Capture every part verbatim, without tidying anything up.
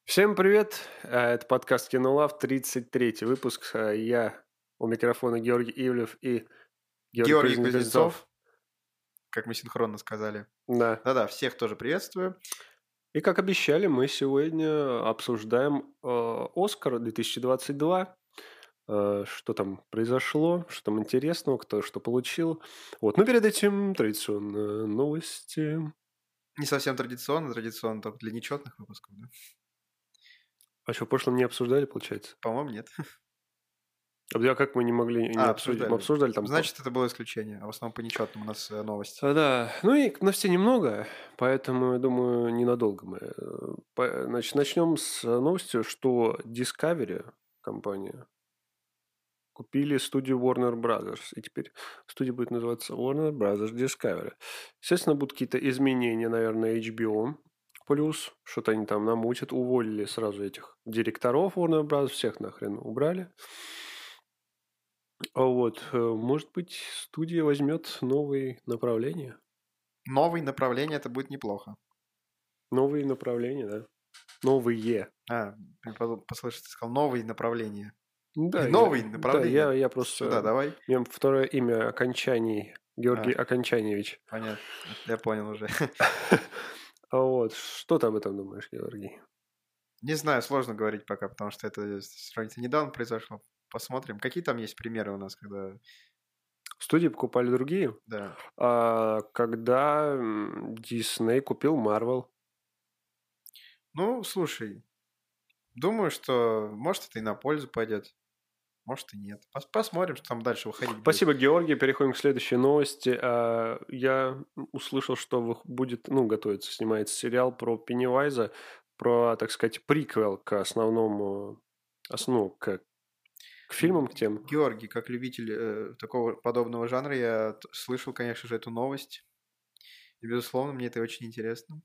Всем привет! Э, Это подкаст «Кинолав», тридцать третий выпуск. Э, Я у микрофона Георгий Ивлев и Георгий Георгий Кузнецов. Кузнецов, как мы синхронно сказали. Да. Да-да, всех тоже приветствую. И как обещали, мы сегодня обсуждаем э, «Оскар» две тысячи двадцать два. Э, Что там произошло, что там интересного, кто что получил. Вот. Но перед этим традиционно новости. Не совсем традиционно, традиционно только для нечетных выпусков, да? А что, в прошлом не обсуждали, получается? По-моему, нет. А как мы не могли не А, обсудить? Мы обсуждали. обсуждали там... по- Значит, это было исключение, а в основном по нечетным у нас э, новости. А, Да, ну и новостей немного, поэтому, я думаю, ненадолго мы. э, по- Значит, начнем с новостью, что Discovery, компания, купили студию Warner Brothers, и теперь студия будет называться Warner Brothers Discovery. Естественно, будут какие-то изменения, наверное, эйч би о, плюс что-то они там намутят, уволили сразу этих директоров Warner Brothers, всех нахрен убрали. А Вот, э, может быть, студия возьмет новые направления. Новые направления, это будет неплохо. Новые направления, да. Новые. А, я подумал- послышал, ты сказал новые направления. Да, я, Новые да, направления. я, я Сюда просто... давай. У меня второе имя Окончаний. Георгий А, Окончаньевич. понятно. Я понял уже. А Вот, что ты об этом думаешь, Георгий? Не знаю, сложно говорить пока, потому что это сравнительно недавно произошло. Посмотрим. Какие там есть примеры у нас, когда... Студии покупали другие, Да. а, когда м, Дисней купил Марвел. Ну, слушай, думаю, что может это и на пользу пойдет, может и нет. Пос- Посмотрим, что там дальше выходить будет. Спасибо, Георгий. Переходим к следующей новости. А, Я услышал, что вы- будет, ну, готовится, снимается сериал про Пеннивайза, про, так сказать, приквел к основному, основу, к, к фильмам, к тем. Георгий, как любитель э, такого подобного жанра, я т- слышал, конечно же, эту новость. И, безусловно, мне это очень интересно.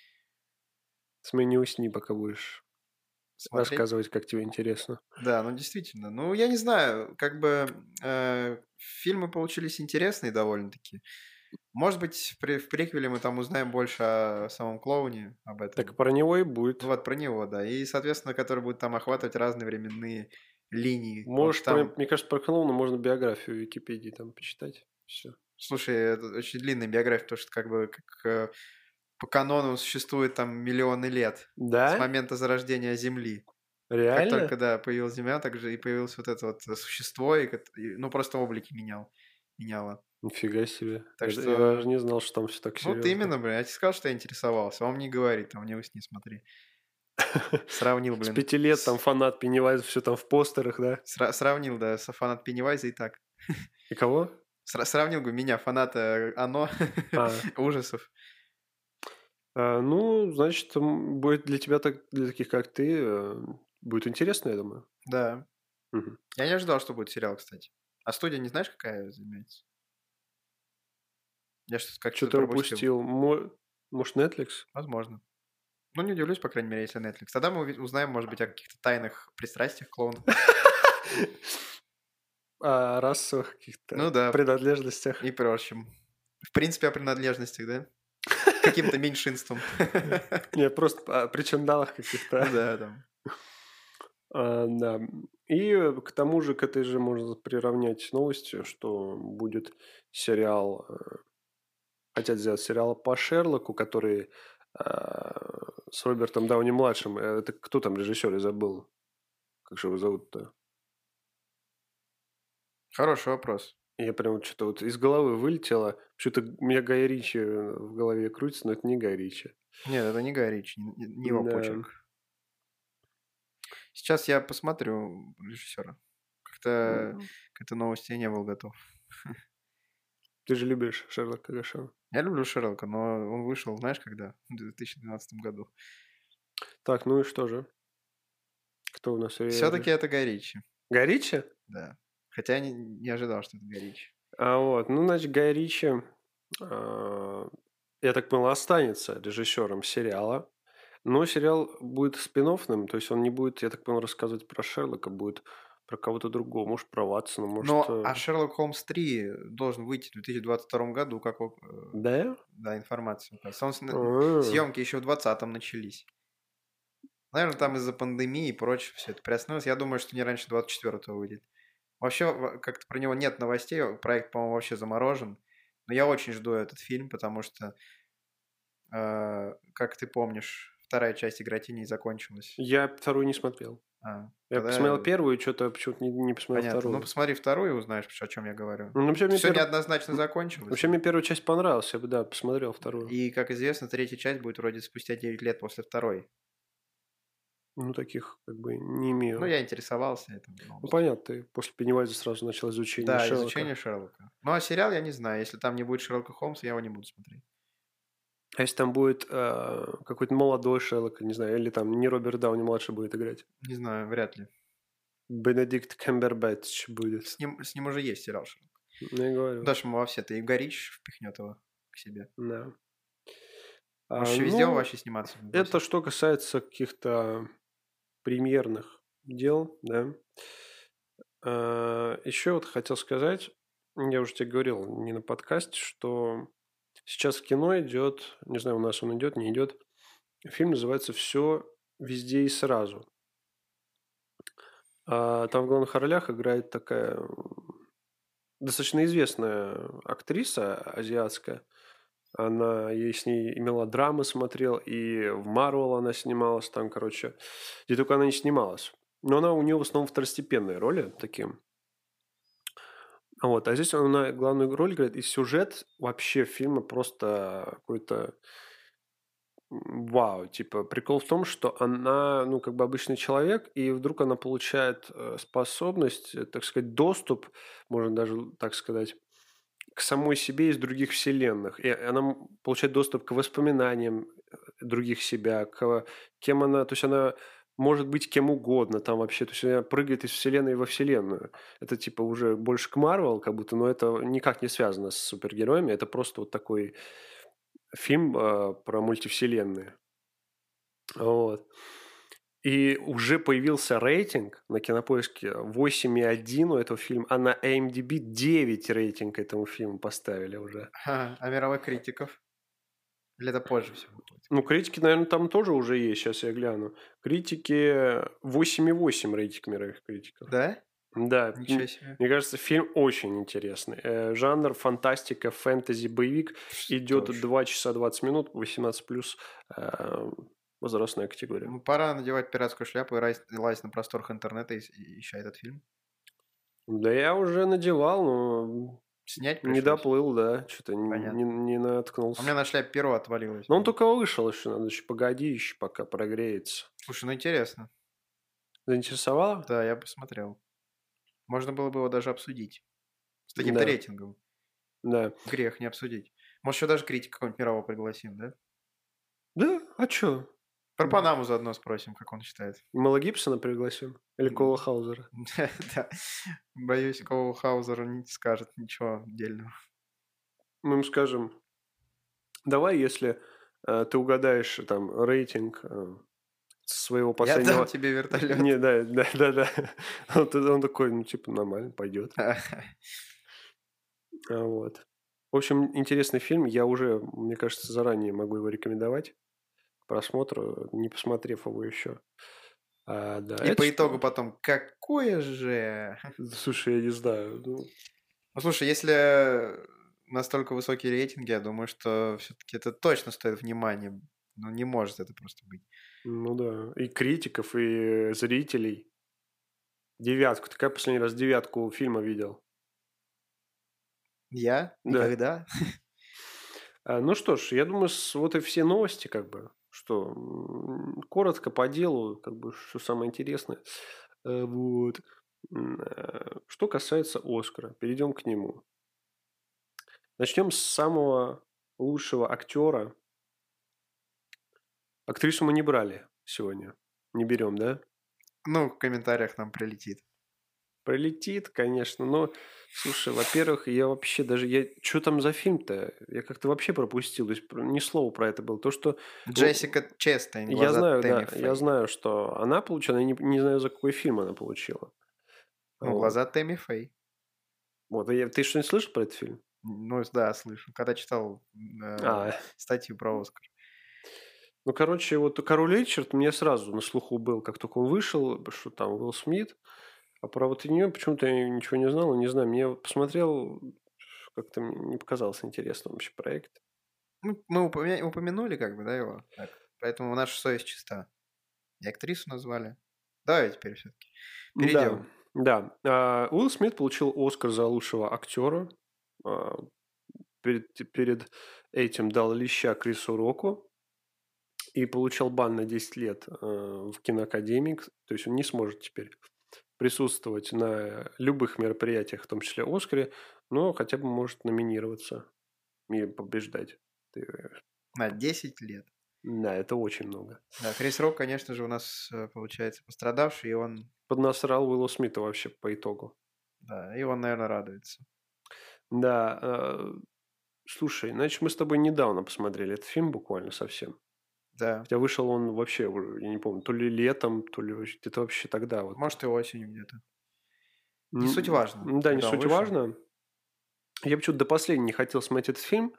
Смей, не усни, пока будешь Смотреть? рассказывать, как тебе интересно. Да, ну действительно. Ну, я не знаю, как бы э, фильмы получились интересные довольно-таки. Может быть, при, в приквеле мы там узнаем больше о самом клоуне, об Так этом. про него и будет. Вот про него, да. И, соответственно, который будет там охватывать разные временные линии. Вот Можешь, про- там, мне кажется, про клоуна можно биографию в Википедии там почитать. Все. слушай, это очень длинная биография, потому что как бы как, э, по канону он существует там миллионы лет с Да? момента зарождения Земли. Как Реально? только, да, появилась Земля, так же и появилось вот это вот существо, и, кот- и, ну, просто облики менял, меняло. Нифига себе. Так Я, д- я даже что, не знал, что там все так вот серьезно. именно, блин, я тебе сказал, что я интересовался, а он мне говорит, а мне усни, смотри. Сравнил, С блин, пяти лет там с- фанат Пеннивайза, все там в постерах, да? сра- сравнил, да, с фанат Пеннивайза и так. И кого? Сра- сравнил бы меня, фаната Оно, А, ужасов. а, ну, значит, м, будет для тебя, так, для таких, как ты, э, будет интересно, я думаю. Да. Мгм. Я не ожидал, что будет сериал, кстати. А студия не знаешь, какая занимается? Я что-то как-то Что-то пропустил. упустил. Мо- Может, Netflix? Возможно. Ну, не удивлюсь, по крайней мере, если Netflix. Тогда мы уви- узнаем, может быть, о каких-то тайных пристрастиях клоуна. О расовых каких-то Ну да, принадлежностях. и прочим. В принципе, о принадлежностях, да? Каким-то меньшинством. Не, просто о причиндалах каких-то. Ну да, там. А, Да. И э, к тому же, к этой же можно приравнять новости, что будет сериал, э, хотят сделать сериал по Шерлоку, который а, с Робертом Дауни-младшим. Э, Это кто там режиссер, я забыл. Как же его зовут-то? Хороший вопрос. Я прям что-то вот из головы вылетело. Что-то у меня Гай Ричи в голове крутится, но это не Гай Ричи. Нет, это не Гай Ричи, не, не его Да. почерк. Сейчас я посмотрю режиссера. Как-то М, к этой новости я не был готов. Ты же любишь Шерлока Гашана. Я люблю Шерлока, но он вышел, знаешь, когда? В две тысячи двенадцатом году. Так, ну и что же? Кто у нас? Все-таки это Гай Ричи, Гай Ричи? да. Хотя я не, не ожидал, что это Гай Ричи. А вот, ну, значит, Гай Ричи, а, я так понял, останется режиссером сериала. Но сериал будет спин-оффным, то есть он не будет, я так понял, рассказывать про Шерлока, будет про кого-то другого, может, про Ватсона, может... Но э, а Шерлок Холмс три должен выйти в две тысячи двадцать втором году, как о- э, Да? да, информация указывается. Он с- А, съемки еще в двадцатом начались. Наверное, там из-за пандемии и прочего все это приостановилось. Я думаю, что не раньше двадцать четвёртого выйдет. Вообще, в- как-то про него нет новостей, проект, по-моему, вообще заморожен. Но я очень жду этот фильм, потому что, э, как ты помнишь, вторая часть «Игра теней» закончилась. Я вторую не смотрел. А, Я посмотрел тогда первую, что-то почему-то не, не посмотрел понятно. Ну, вторую. посмотри вторую и узнаешь, о чем я говорю. Ну, вообще мне, Все перв- неоднозначно закончилось. вообще мне первая часть понравилась, я бы, да, посмотрел вторую. И, как известно, третья часть будет вроде спустя девять лет после второй. Ну, таких как бы не Ну, имею. я интересовался этим Ну, новостью. понятно, ты после Пеннивайза сразу начал изучение Да, Шерлока. изучение Шерлока. Ну, а сериал я не знаю. Если там не будет Шерлока Холмса, я его не буду смотреть. А если там будет э, какой-то молодой Шерлок, не знаю, или там не Роберт Дауни-младший будет играть? Не знаю, вряд ли. Бенедикт Камбербэтч будет. С ним, с ним уже есть сериал Шерлок. Ну, я говорю. Дальше ему во все-то и Горич впихнет его к себе. Да. Может, А, еще везде он ну, вообще сниматься будет? это что касается каких-то премьерных дел, да. А, еще вот хотел сказать, я уже тебе говорил не на подкасте, что сейчас в кино идет, не знаю, у нас он идет, не идет, фильм называется «Все везде и сразу». А там в главных ролях играет такая м, достаточно известная актриса азиатская. Она, я с ней имела драмы смотрел, и в Марвел она снималась там, короче, где только она не снималась. Но она у нее в основном второстепенные роли такие. Вот, а здесь она главную роль играет, и сюжет вообще фильма просто какой-то м, вау. Типа, прикол в том, что она, ну, как бы обычный человек, и вдруг она получает э, способность, э, так сказать, доступ, можно даже так сказать, к самой себе из других вселенных. И она м- получает доступ к воспоминаниям э, других себя, к кем она, то есть она может быть кем угодно там вообще, то есть она прыгает из вселенной во вселенную. Это типа уже больше к Марвел как будто, но это никак не связано с супергероями, это просто вот такой фильм э, про мультивселенные. Вот. И уже появился рейтинг на Кинопоиске восемь и один у этого фильма, а на ай эм ди би девять рейтинг этому фильму поставили уже. Ха, а мировых критиков? Или это позже все будет? Ну, критики, наверное, там тоже уже есть, сейчас я гляну. Критики восемь и восемь рейтинг мировых критиков. Да? Да, Ничего м, себе. мне кажется, фильм очень интересный. Э, жанр фантастика, фэнтези, боевик. Что Идет ж. два часа двадцать минут, восемнадцать плюс э, возрастная категория. Ну, пора надевать пиратскую шляпу и райс- лазить на просторах интернета и, и ища этот фильм. Да я уже надевал, но Снять не пришлось. доплыл, да, что-то не, Понятно. не, не А у наткнулся. меня на шляпе перо отвалилось. Но он только вышел еще, надо еще погоди, еще пока прогреется. Слушай, ну интересно. Заинтересовало? Да, я посмотрел. Можно было бы его даже обсудить. С таким-то Да, рейтингом. да. Грех не обсудить. Может, еще даже критика какого-нибудь мирового пригласим, да? Да, а чё? Про Панаму заодно спросим, как он считает. Мэла Гибсона пригласим? Или Кола Хаузера? Да. Боюсь, Коул Хаузер не скажет ничего отдельного. Мы ему скажем, давай, если э, ты угадаешь там рейтинг э, своего Я последнего... дам тебе вертолет. Не, да, да, да, да. Он, т- он такой, ну, типа, нормально, пойдет. А, Вот. В общем, интересный фильм. Я уже, мне кажется, заранее могу его рекомендовать к просмотру, не посмотрев его еще. А, да, И это по что? итогу потом, какое же... Слушай, я не знаю. Ну, Ну, слушай, если настолько высокие рейтинги, я думаю, что все-таки это точно стоит внимания. Ну, не может это просто быть. ну да. И критиков, и зрителей. Девятку. Ты как последний раз девятку фильма видел? Я? Да. Никогда? А, Ну что ж, я думаю, с- вот и все новости, как бы, что м, коротко по делу, как бы, что самое интересное. Э, Вот. М, э, Что касается Оскара, перейдем к нему. Начнем с самого лучшего актера. Актрису мы не брали сегодня. Не берем, да? Ну, в комментариях нам прилетит. Прилетит, конечно, но, слушай, во-первых, я вообще даже, я, что там за фильм-то? Я как-то вообще пропустил, то есть про- ни слова про это было. То, что... Джессика Честейн, Я глаза знаю, Тэмми да, Фэй. я знаю, что она получила, я не, не знаю, за какой фильм она получила. Ну, Вот. глаза Тэмми Фэй. Вот, а я- ты что-нибудь слышал про этот фильм? Ну, да, слышу. Когда читал э, А, статью про Оскар. Ну, короче, вот «Король Ричард» мне сразу на слуху был, как только он вышел, что там Уилл Смит. А про вот нее почему-то я ничего не знал, не знаю. Мне посмотрел, как-то мне не показался интересным вообще проект. Ну, мы упомя- упомянули как бы, да, его? Так. Поэтому наша совесть чиста. И актрису назвали. Давай теперь все-таки Да, перейдем. да. А, Уилл Смит получил Оскар за лучшего актера. А, перед, перед этим дал леща Крису Року. И получал бан на десять лет э, в киноакадемии. То есть он не сможет теперь присутствовать на любых мероприятиях, в том числе Оскаре, но хотя бы может номинироваться и побеждать. Ты- На десять лет. Да, это очень много. Да, Крис Рок, конечно же, у нас э, получается пострадавший, и он, Поднасрал Уилла Смита вообще по итогу. да, и он, наверное, радуется. Да, э, слушай, значит, мы с тобой недавно посмотрели этот фильм буквально совсем. Да. Хотя вышел он вообще, уже, я не помню, то ли летом, то ли вообще- где-то вообще тогда. Вот. Может, и осенью где-то. Не М, суть важно, Да, не когда он суть вышел. важно. Я почему-то до последнего не хотел смотреть этот фильм,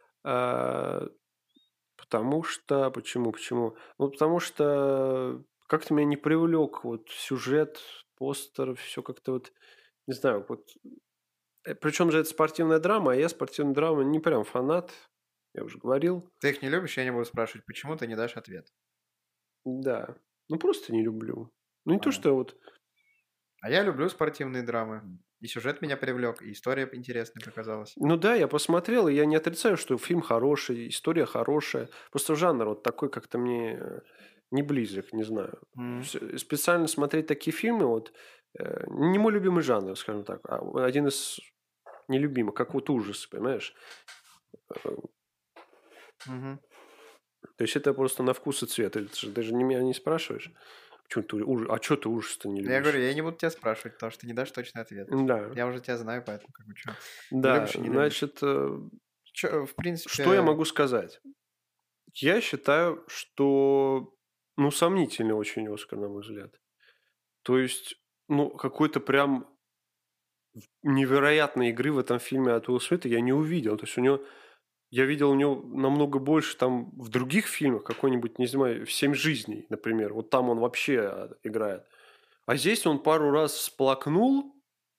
а, потому что... Почему? Почему? Ну, потому что как-то меня не привлек вот сюжет, постер, все как-то вот... Не знаю, вот... Причем же это спортивная драма, а я спортивной драмы не прям фанат, я уже говорил. Ты их не любишь, я не буду спрашивать, почему ты не дашь ответ. Да, ну просто не люблю. Ну не то, А, что вот... а я люблю спортивные драмы. И сюжет меня привлек, и история интересной показалась. Ну да, я посмотрел, и я не отрицаю, что фильм хороший, история хорошая. Просто жанр вот такой как-то мне э, не близок, не знаю. М. С- Специально смотреть такие фильмы, вот, э, не мой любимый жанр, скажем так, а один из нелюбимых, как вот ужас, понимаешь? Э, Мгм. То есть это просто на вкус и цвет. Или ты же даже не меня не спрашиваешь, почему ты ужас, а что ты ужас-то не Я говорю, любишь? я не буду тебя спрашивать, потому что ты не дашь точный ответ. Да, Я уже тебя знаю, поэтому как бы что. Не да, любишь и не любишь. значит, э, Чё, в что я принципе, могу сказать? Я считаю, что, ну, сомнительный очень Оскар, на мой взгляд. То есть, ну, какой-то прям невероятной игры в этом фильме от Уилла Смита я не увидел. То есть у него, я видел у него намного больше там в других фильмах, какой-нибудь, не знаю, в «Семь жизней», например. Вот там он вообще а, играет. А здесь он пару раз всплакнул,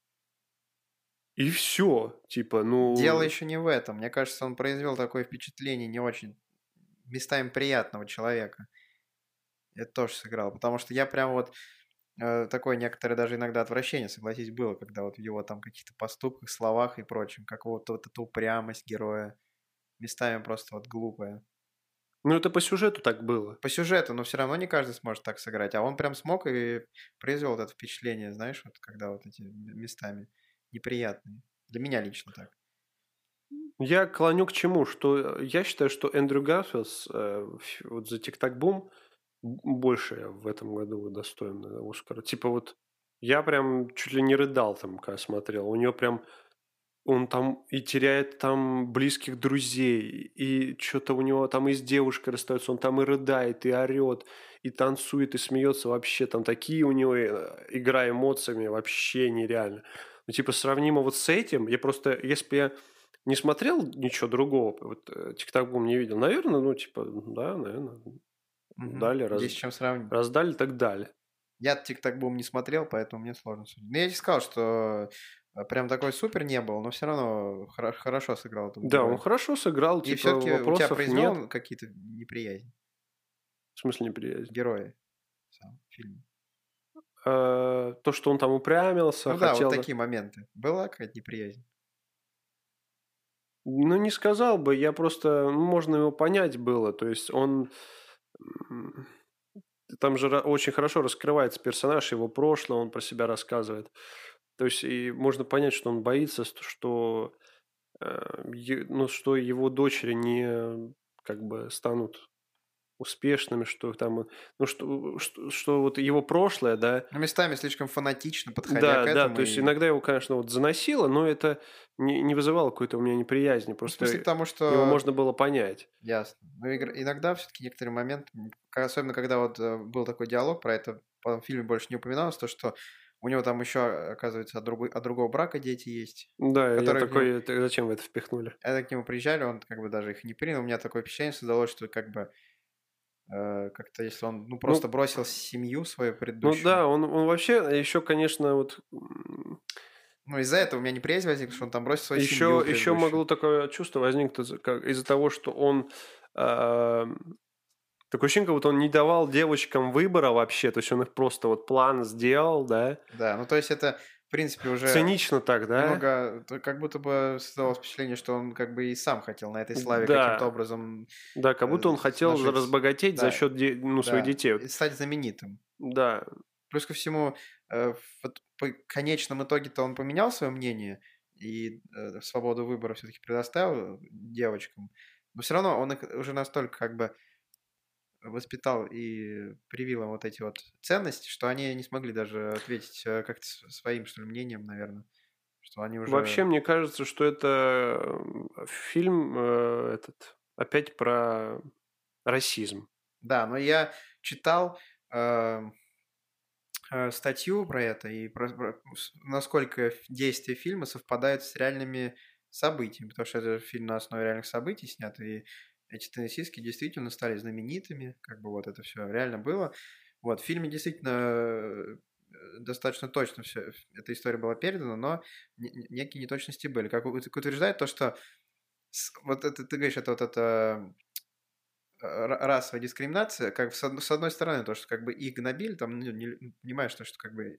и все. Типа, дело ну, еще не в этом. Мне кажется, он произвел такое впечатление не очень местами приятного человека. Это тоже сыграло. Потому что я прям вот э, такое некоторое даже иногда отвращение, согласись, было, когда вот в его там каких-то поступках, словах и прочем, как вот, вот эта упрямость героя, местами просто вот глупая. ну это по сюжету так было. По сюжету, но все равно не каждый сможет так сыграть. А он прям смог и произвел вот это впечатление, знаешь, вот когда вот эти м- местами неприятные. Для меня лично так. Я клоню к чему? Что э, я считаю, что Эндрю Гарфилд э, ф- вот за «Тик-так бум» больше в этом году достоин э, Оскара. Типа вот я прям чуть ли не рыдал там, когда смотрел. У него прям он там и теряет там близких друзей, и что-то у него там и с девушкой расстается, он там и рыдает, и орет, и танцует, и смеется вообще. Там такие у него э, игра эмоциями вообще нереально. Ну, типа, сравнимо вот с этим, я просто, если бы я не смотрел ничего другого, вот э, «Тик-так бум» не видел, наверное, ну, типа, да, наверное, Мгм. дали, раз, Есть с чем сравнить. раздали, так дали. Я «Тик-так бум» не смотрел, поэтому мне сложно судить. Но я тебе сказал, что э, прям такой супер не был, но все равно хоро- хорошо сыграл этого Да, он героя. хорошо сыграл, И типа, все-таки у тебя вопросов произвел нет. он какие-то неприязнь? В смысле неприязнь? Герои сам в фильме. Э, то, что он там упрямился, Ну да, вот хотел... такие моменты. Была какая-то неприязнь? Ну, не сказал бы, я просто... ну, можно его понять было. То есть он... м, Там же ра- очень хорошо раскрывается персонаж, его прошлое, он про себя рассказывает. То есть и можно понять, что он боится, ст- что, э, е- ну, что его дочери не как бы станут успешными, что там, ну, что, что, что вот его прошлое, да, Ну, местами слишком фанатично подходя к да, да, этому то есть и... иногда его, конечно, вот заносило, но это не, не вызывало какой-то у меня неприязни, Ну, в смысле к просто тому, его что... можно было понять. Ясно. Но игр- иногда все-таки некоторые моменты, м, ка- особенно когда вот э, был такой диалог про это, в фильме больше не упоминалось, то, что у него там еще, оказывается, от, другой, от другого брака дети есть, Да, я которые к нему... такой, «Это зачем вы это впихнули? Это к нему приезжали, он как бы даже их не принял. У меня такое впечатление создалось, что как бы э, как-то если он, ну, просто Ну, бросил семью свою ну предыдущую. да, он, он вообще еще, конечно, вот м, Ну, из-за этого у меня неприязнь возникла, что он там бросил свою семью еще, еще предыдущую. могло такое чувство возникнуть как из-за того, что он а, такое ощущение, как будто он не давал девочкам выбора вообще, то есть он их просто вот план сделал, да, Да, ну, то есть это, в принципе, уже цинично так, да, немного, то как будто бы создалось впечатление, что он как бы и сам хотел на этой славе каким-то да, образом да, как э, будто он хотел за- нажить, разбогатеть за да, счет де- ну, своих да, детей. и Вот. стать знаменитым. Да, Плюс ко всему, э, вот по конечном итоге-то он поменял свое мнение и э, свободу выбора все-таки предоставил девочкам, но все равно он их уже настолько как бы воспитал и привил им вот эти вот ценности, что они не смогли даже ответить э, как-то с- своим, что ли, мнением, наверное, что они вообще уже... мне кажется, что это э, фильм э, этот опять про расизм. Да, но я читал э, э, статью про это и про, про с- насколько ф- действия фильма совпадают с реальными событиями, потому что это фильм на основе реальных событий снят, и эти теннисистки действительно стали знаменитыми, как бы вот это все реально было. Вот, в фильме действительно э, достаточно точно все, эта история была передана, но не- не- некие неточности были. Как у- как утверждает то, что с- вот это, ты говоришь, это вот это э, ра- расовая дискриминация, как с, од- с одной стороны, то, что как бы их гнобили, там, ну, не- ну, понимаешь, то, что как бы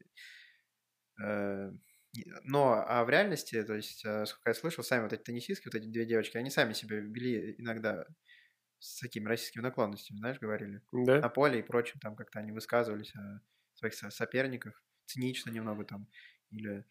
Э, и но, а в реальности, то есть, э, сколько я слышал, сами вот эти теннисистки, вот эти две девочки, они сами себя вели иногда с такими российскими наклонностями, знаешь, говорили. Да, На поле и прочем, там как-то они высказывались о своих со соперниках, цинично немного там, или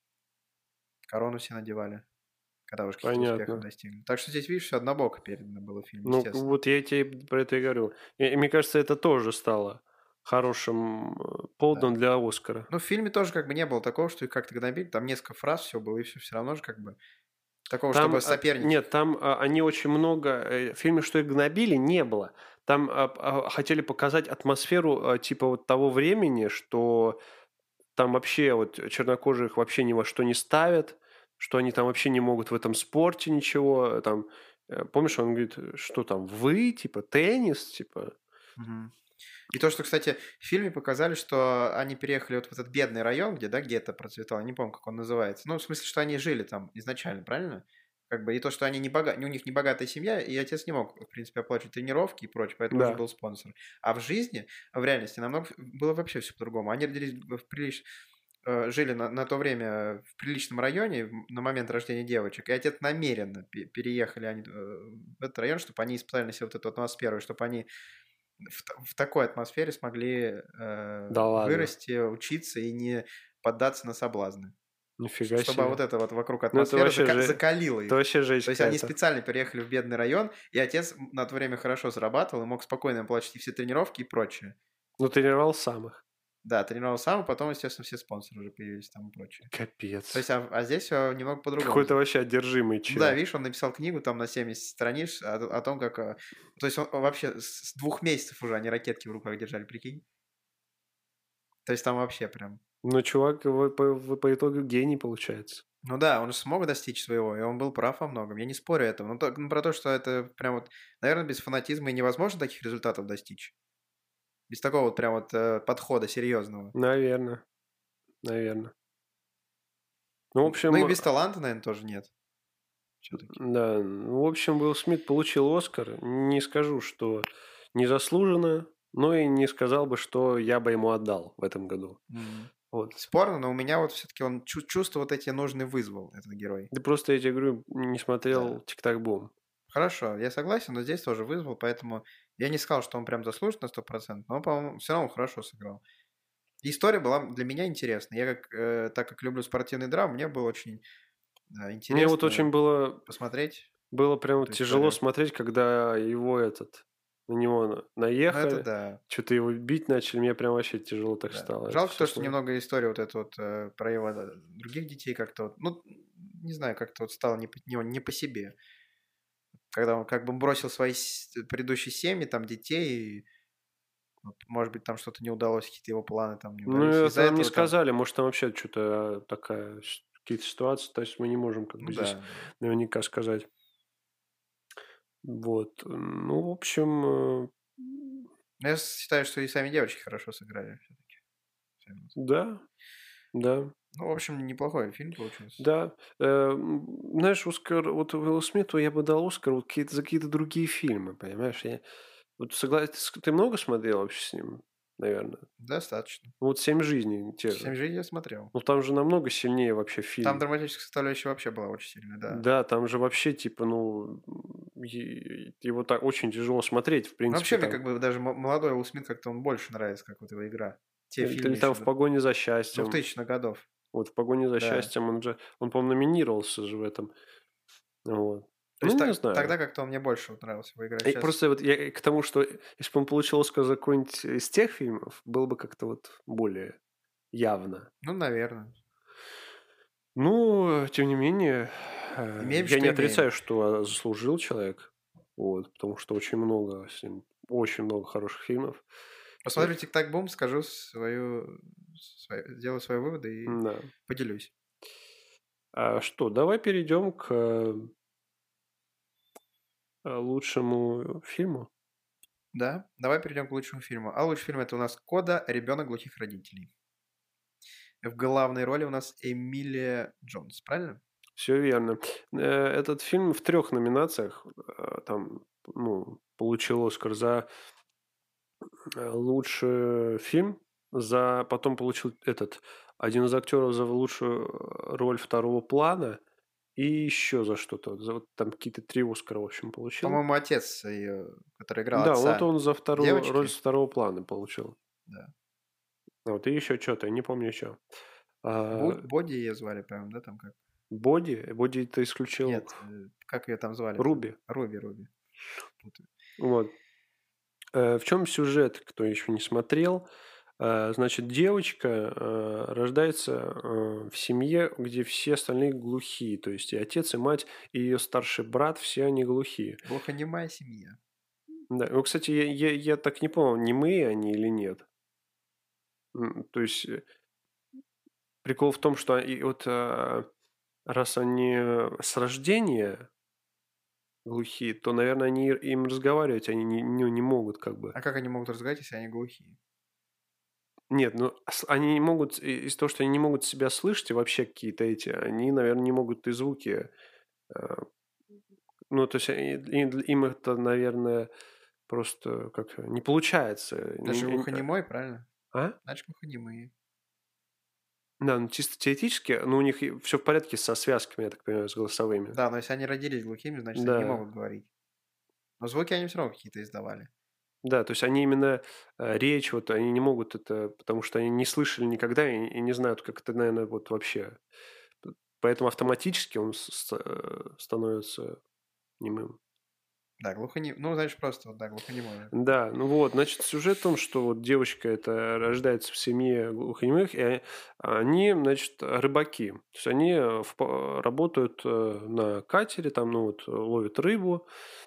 корону себе надевали, когда уже каких-то успехов понятно. достигли. Так что здесь, видишь, всё однобоко передано было в фильме, Ну, естественно. вот я тебе про это и говорю. И, и мне кажется, это тоже стало хорошим э, поводом Да. для Оскара. Ну, в фильме тоже как бы не было такого, что их как-то гнобили, там несколько фраз, все было, и все, все равно же как бы такого, Там, чтобы а, соперники. нет, там а, они очень много, э, в фильме «Что их гнобили» не было. Там а, а, хотели показать атмосферу а, типа вот того времени, что там вообще вот чернокожих вообще ни во что не ставят, что они там вообще не могут в этом спорте ничего. Там, э, помнишь, он говорит, что там, вы, типа, теннис, типа. Мгм. И то, что, кстати, в фильме показали, что они переехали вот в этот бедный район, где, да, гетто процветал, я не помню, как он называется. Ну, в смысле, что они жили там изначально, правильно? Как бы, и то, что они не бога... у них не богатая семья, и отец не мог, в принципе, оплачивать тренировки и прочее, поэтому нужен Да, был спонсор. А в жизни, в реальности, намного было вообще все по-другому. Они родились в прилич... э, жили на, на то время в приличном районе в- на момент рождения девочек, и отец намеренно пе- переехали они э, в этот район, чтобы они испытали на себе вот эту атмосферу, чтобы они в, та- в такой атмосфере смогли э, да ладно, вырасти, учиться и не поддаться на соблазны. Ш- нифига Чтобы себе. вот это вот вокруг Ну это атмосфера вообще зака- же, закалила это их. вообще жесть То есть они какая-то. специально переехали в бедный район, и отец на то время хорошо зарабатывал и мог спокойно оплачивать и все тренировки и прочее. Ну тренировал сам их. Да, тренировал сам, а потом, естественно, все спонсоры уже появились там и прочее. То Капец. есть, а, а здесь все немного по-другому. Какой-то вообще одержимый Ну да, чел. видишь, он написал книгу там на семьдесят страниц о, о том, как... э, То есть он он вообще с с двух месяцев уже они ракетки в руках держали, прикинь. То есть там вообще прям... Ну, чувак, в- по, в- по итогу гений получается. Ну да, он же смог достичь своего, и он был прав во многом. Я не спорю этого. Но то- ну, про то, что это прям вот, наверное, без фанатизма и невозможно таких результатов достичь. Без такого вот прям вот э, подхода серьезного. Наверное, наверное. Ну, в Ну и общем, без таланта, наверное, тоже нет. Все-таки. да, ну, в общем, Уилл Смит получил Оскар. Не скажу, что незаслуженно, но и не сказал бы, что я бы ему отдал в этом году. Вот. Спорно, но у меня вот все-таки он чу- чувства вот эти нужные вызвал, этот герой. Да просто я тебе говорю, не смотрел Да. «Тик-так-бум». Хорошо, я согласен, но здесь тоже вызвал, поэтому я не сказал, что он прям заслужит на сто процентов, но, по-моему, все равно он хорошо сыграл. И история была для меня интересна. Я, как, э, так как люблю спортивный драм, мне было очень э, Мне вот очень интересно было, посмотреть было прям эту тяжело историю. смотреть, когда его этот, на него на- Ну, это наехали, да, что-то его бить начали, мне прям вообще тяжело так да. стало это Жалко все то, что смотреть. немного история вот эта вот э, про его э, других детей как-то вот, ну, не знаю, как-то вот стало не, по- не, не по себе. Когда он как бы бросил свои с- предыдущие семьи, там, детей, и, вот, может быть, там что-то не удалось, какие-то его планы там не Ну, удались. Из-за это нам не этого там, сказали, может, там вообще что-то такая, с- какие-то ситуации, то есть мы не можем как ну бы здесь да, да. наверняка сказать. Вот. Ну, в общем, э, Но я считаю, что и сами девочки хорошо сыграли все-таки. Да, да. Ну, в общем, неплохой фильм получился. Да, э, м, знаешь, Оскар, вот Уиллу Смиту я бы дал Оскар вот какие-то, за какие-то другие фильмы, понимаешь? Я, вот согласен, ты много смотрел вообще с ним, наверное? Достаточно. Вот «Семь жизней» те же. «Семь жизней» я смотрел. Ну, там же намного сильнее вообще Там фильм. драматическая составляющая вообще была очень сильная, да. Да, там же вообще, типа, ну, е- его так очень тяжело смотреть, в Ну, принципе, вообще, мне там. как бы даже мо- молодой Уилл Смит как-то он больше нравится, как вот его игра. Те Или, или фильмы там еще «В погоне за счастьем». двухтысячных годов. Вот «В погоне за Да. счастьем» он же, он, по-моему, номинировался же в этом. Вот. То Ну, есть не так, знаю. тогда как-то он мне больше вот нравился его игра. И Сейчас, просто вот я к тому, что если бы он получил Оскар за какой-нибудь из тех фильмов, было бы как-то вот более явно. ну, наверное. Ну, тем не менее, э, Имеем, я не что имеем. отрицаю, что заслужил человек, вот, потому что очень много с ним, очень много хороших фильмов. Посмотрю «Тик-так бум», скажу свою, свою, сделаю свои выводы и Да. поделюсь. А что, давай перейдем к э, лучшему фильму. Да, давай перейдем к лучшему фильму. А лучший фильм это у нас «Кода. Ребенок глухих родителей». В главной роли у нас Эмилия Джонс, правильно? Все верно. Э, Этот фильм в трех номинациях э, там, ну, получил Оскар за э, лучший фильм, за потом получил этот один из актеров за лучшую э, роль второго плана и еще за что-то. За вот там какие-то три Оскара, в общем, получил. По-моему, отец ее, который играл Да, вот отца он за вторую роль девочки. с второго плана получил. Да. Вот, и еще что-то, я не помню еще. Буд- А, Боди ее звали, по-моему, да, там как? Боди? Боди ты исключил Нет, э, как ее там звали-то? Руби. Руби, Руби. Путаю. Вот. Э, В чем сюжет, кто еще не смотрел? Э, Значит, девочка э, рождается э, в семье, где все остальные глухие. То есть и отец, и мать, и ее старший брат, все они глухие. Глухонемая семья. Да. Ну, кстати, я, я, я так не помню, немые они или нет. М, То есть э, прикол в том, что и вот э, раз они с рождения глухие, то, наверное, они им разговаривать они не, ну, не могут как бы. А как они могут разговаривать, если они глухие? Нет, ну с- они не могут, и- из-за того, что они не могут себя слышать, и вообще какие-то эти, они, наверное, не могут и звуки. э, Ну, то есть они- и- им это, наверное, просто как не получается. Не- Даже не- глухонемой, правильно? А? Значит, глухонемые. Да, ну чисто теоретически, ну, у них все в порядке со связками, я так понимаю, с голосовыми. Да, но если они родились глухими, значит, они не Да, могут говорить. Но звуки они все равно какие-то издавали. да, то есть они именно э, речь, вот они не могут это, потому что они не слышали никогда и, и не знают, как это, наверное, вот вообще. Поэтому автоматически он с- с- э, становится немым. Да, глухонемой. Ну, значит, просто вот, да, глухонемой. Да, ну вот, значит, сюжет в том, что вот девочка это рождается в семье глухонемых, и они, значит, рыбаки. То есть они э, в по- работают э, на катере, там, ну вот, ловят рыбу,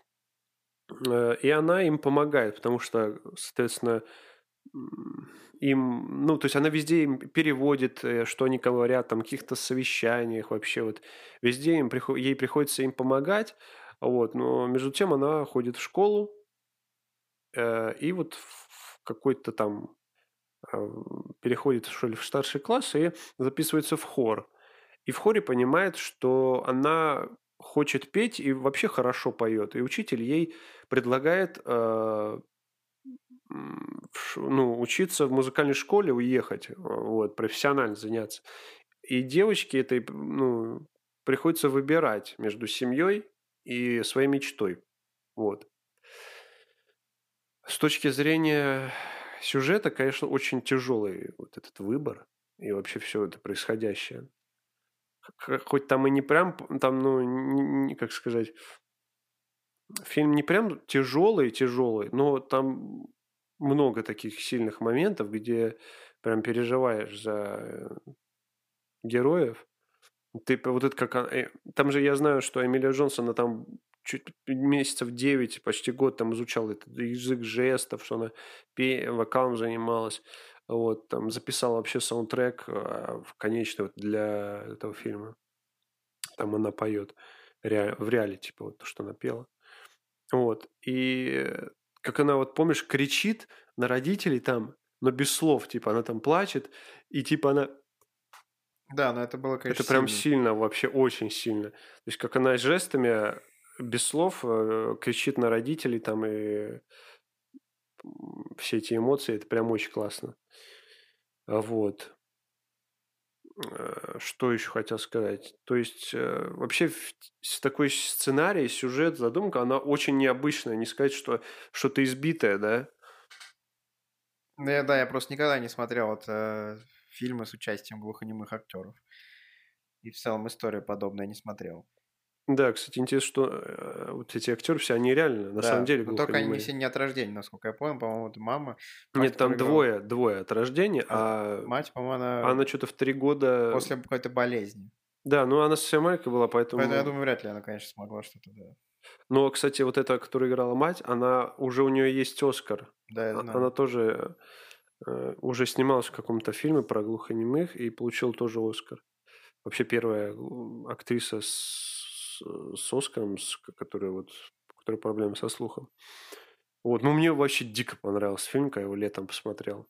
э, и она им помогает, потому что, соответственно, м, им, ну, то есть она везде им переводит, э, что они говорят, там, каких-то совещаниях вообще, вот, везде им, приход- ей приходится им помогать, вот, но между тем она ходит в школу, Э, и вот в какой-то там э, переходит, что ли, в старший класс и записывается в хор. И в хоре понимает, что она хочет петь и вообще хорошо поет. И учитель ей предлагает э, м, в ш- ну, учиться в музыкальной школе, уехать, э, вот, профессионально заняться. И девочке этой ну, приходится выбирать между семьей и своей мечтой. Вот. С точки зрения сюжета, конечно, очень тяжелый вот этот выбор и вообще все это происходящее. Х- Хоть там и не прям, п- там, ну, не- не- как сказать, фильм не прям тяжелый-тяжелый, но там много таких сильных моментов, где прям переживаешь за э, героев. Ты п- вот это как... а, э, Там же я знаю, что Эмилия Джонсон, она там чуть месяцев девять, почти год там изучала этот язык жестов, что она пе- вокалом занималась. Вот, там записала вообще саундтрек а, в конечный вот для этого фильма. Там она поет ре- в реале, типа, вот то, что она пела. Вот. И как она, вот помнишь, кричит на родителей там, но без слов, типа она там плачет, и типа она... Да, но это было, Это конечно, прям сильно. сильно, вообще очень сильно. То есть как она жестами, без слов э, кричит на родителей там, и м, все эти эмоции, это прям очень классно. А Вот. Э, Что еще хотел сказать? То есть, э, вообще, в- с такой сценарий, сюжет, задумка, она очень необычная. Не сказать, что что-то избитое, да? Ну, я, да, я просто никогда не смотрел вот, э, фильмы с участием глухонемых актеров. И в целом историю подобную не смотрел. Да, кстати, интересно, что э, вот эти актеры все, они реально, на самом Да, деле, но только они не глухонемые. все не от рождения, насколько я понял. По-моему, это мама, мать, Нет, там которая играла. двое, двое от рождения, А а мать, по-моему, она она что-то в три года... после какой-то болезни. Да, ну она совсем маленькая была, Поэтому я поэтому... думаю, вряд ли она, конечно, смогла что-то, да. Но, кстати, вот эта, которая играла мать, она уже у нее есть Оскар. Да, я А- Она знаю. тоже э, уже снималась в каком-то фильме про глухонемых и получила тоже Оскар. Вообще первая м, актриса с, с Оскаром, с, которая вот, у которой проблемы со слухом. Вот, ну мне вообще дико понравился фильм, когда я его летом посмотрел.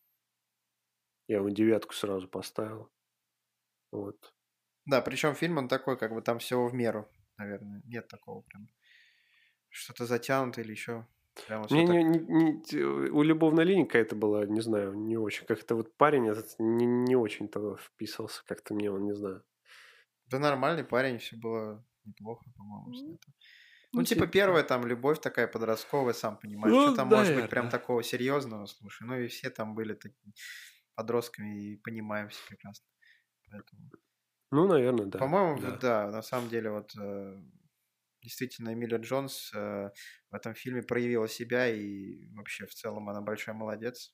Я ему девятку сразу поставил. Вот. Да, причем фильм он такой, как бы там всего в меру, наверное. Нет такого прям. Что-то затянуто или еще. Прямо все Мне так. не, не- не- т- у любовной линии какая-то была, не знаю, не очень. Как-то вот парень этот не, не очень-то вписывался, как-то мне он, не знаю. Да нормальный парень, все было неплохо, по-моему, Ну, снято. Ну, типа, типа. первая там любовь такая подростковая, сам понимаешь. Что Ну, там может быть прям наверное. такого серьезного, слушай. Ну, и все там были такими подростками и понимаем все прекрасно. Поэтому, Ну, наверное, да. по-моему, в- Да. да, на самом деле, вот э, действительно Эмилия Джонс э, в этом фильме проявила себя, и вообще в целом она большая молодец,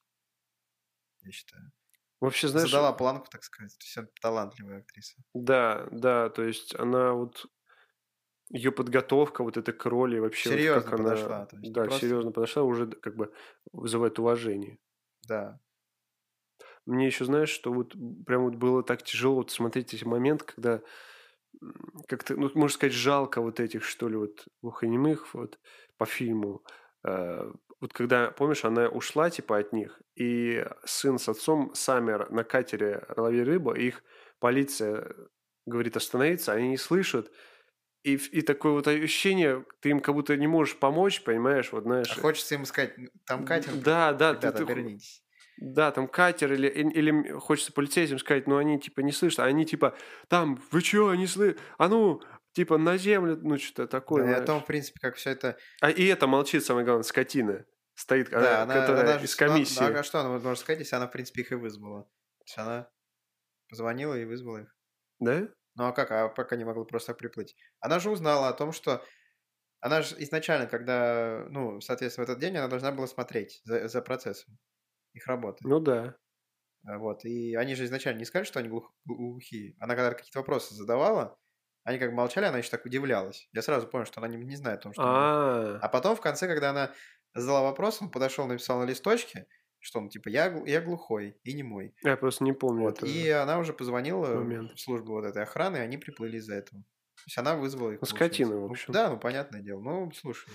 я считаю. Вообще, знаешь, Задала планку, так сказать. То есть она талантливая актриса. да, да, то есть она вот, ее подготовка вот этой к роли, вообще вот как Серьезно она, подошла, то есть не да, просто, серьезно подошла, уже д- как бы вызывает уважение. да. Мне еще, знаешь, что вот прям вот было так тяжело вот смотреть эти моменты, когда м, как-то, ну, можно сказать, жалко вот этих, что ли, вот глухонемых вот по фильму. Э, Вот когда, помнишь, она ушла типа от них, и сын с отцом сами р- на катере ловили рыбу, и их полиция говорит остановиться, они не слышат, и, в- и такое вот ощущение, ты им как будто не можешь помочь, понимаешь, вот А знаешь. хочется им сказать, «Ну, там Д- катер, Да, да, ты, ребята, ты ху- обернитесь». да, там катер или, или, или хочется полицейским сказать, но они типа не слышат, а они типа там, вы чё, не слышат, а ну, типа на землю, ну что-то такое, Да, и о том, в знаешь. принципе, как все это... А и это молчит, самое главное, скотина стоит, Да, она, она, которая она же... из с- Ну, а ну, комиссии, а что она может сказать, если она, в принципе, их и вызвала? То есть она позвонила и вызвала их. да? Ну, а как? А пока не могла просто так приплыть. Она же узнала о том, что... Она же изначально, когда... Ну, соответственно, в этот день она должна была смотреть за, за процессом их работы. Ну да. А, Вот. И они же изначально не сказали, что они глух- глухие. Она когда какие-то вопросы задавала, они как бы молчали, она еще так удивлялась. Я сразу понял, что она не, не знает о том, что они глухие. А, А потом в конце, когда она задала вопрос, он подошел, написал на листочке, что он типа я, гл- я глухой и немой. я просто не помню Вот. И этого она уже позвонила момента. в службу вот этой охраны, и они приплыли из-за этого. То есть она вызвала их, Ну, получается. скотина, в Ну общем. да, ну понятное дело. Ну, слушай.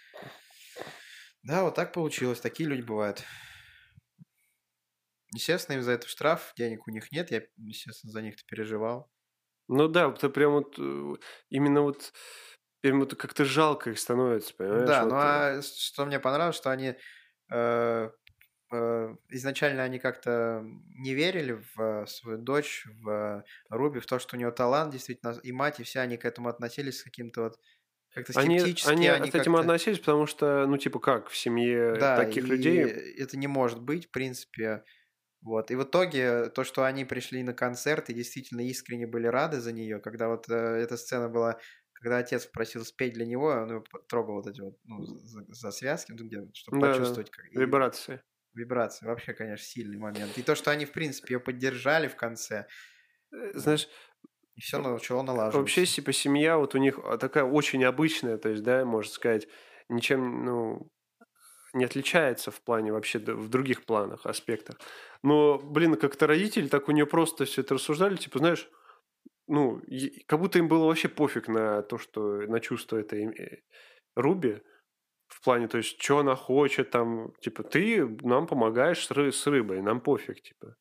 Да, вот так получилось. Такие люди бывают. Естественно, им за это штраф, денег у них нет. Я, естественно, за них-то переживал. Ну да, это прям вот э, именно вот прям вот как-то жалко их становится, понимаешь, Да, ну вот. э, а с- что мне понравилось, что они э, э, изначально они как-то не верили в э, свою дочь, в Руби, в то, что у нее талант, действительно, и мать, и все они к этому относились с каким-то вот как-то Они, скептически, они они к этим как-то... относились, потому что, ну, типа, как в семье Да, таких и людей. это не может быть, в принципе. Вот. И в итоге то, что они пришли на концерт и действительно искренне были рады за нее, когда вот э, эта сцена была, когда отец просил спеть для него, он его п- трогал вот эти вот, ну, за, за связки, ну, где, чтобы Да, да, почувствовать как, и вибрации. вибрации. Вообще, конечно, сильный момент. И то, что они, в принципе, ее поддержали в конце, Э, э, Знаешь, и все начало вообще, налаживаться. типа, семья вот у них а, такая очень обычная, то есть, да, можно сказать, ничем, ну, не отличается в плане вообще, да, в других планах, аспектах. Но, блин, как-то родители так у нее просто все это рассуждали, типа, знаешь, ну, и- как будто им было вообще пофиг на то, что, на чувства этой э, Руби. В плане, то есть, что она хочет, там, типа, ты нам помогаешь с, ры- с рыбой, нам пофиг, типа.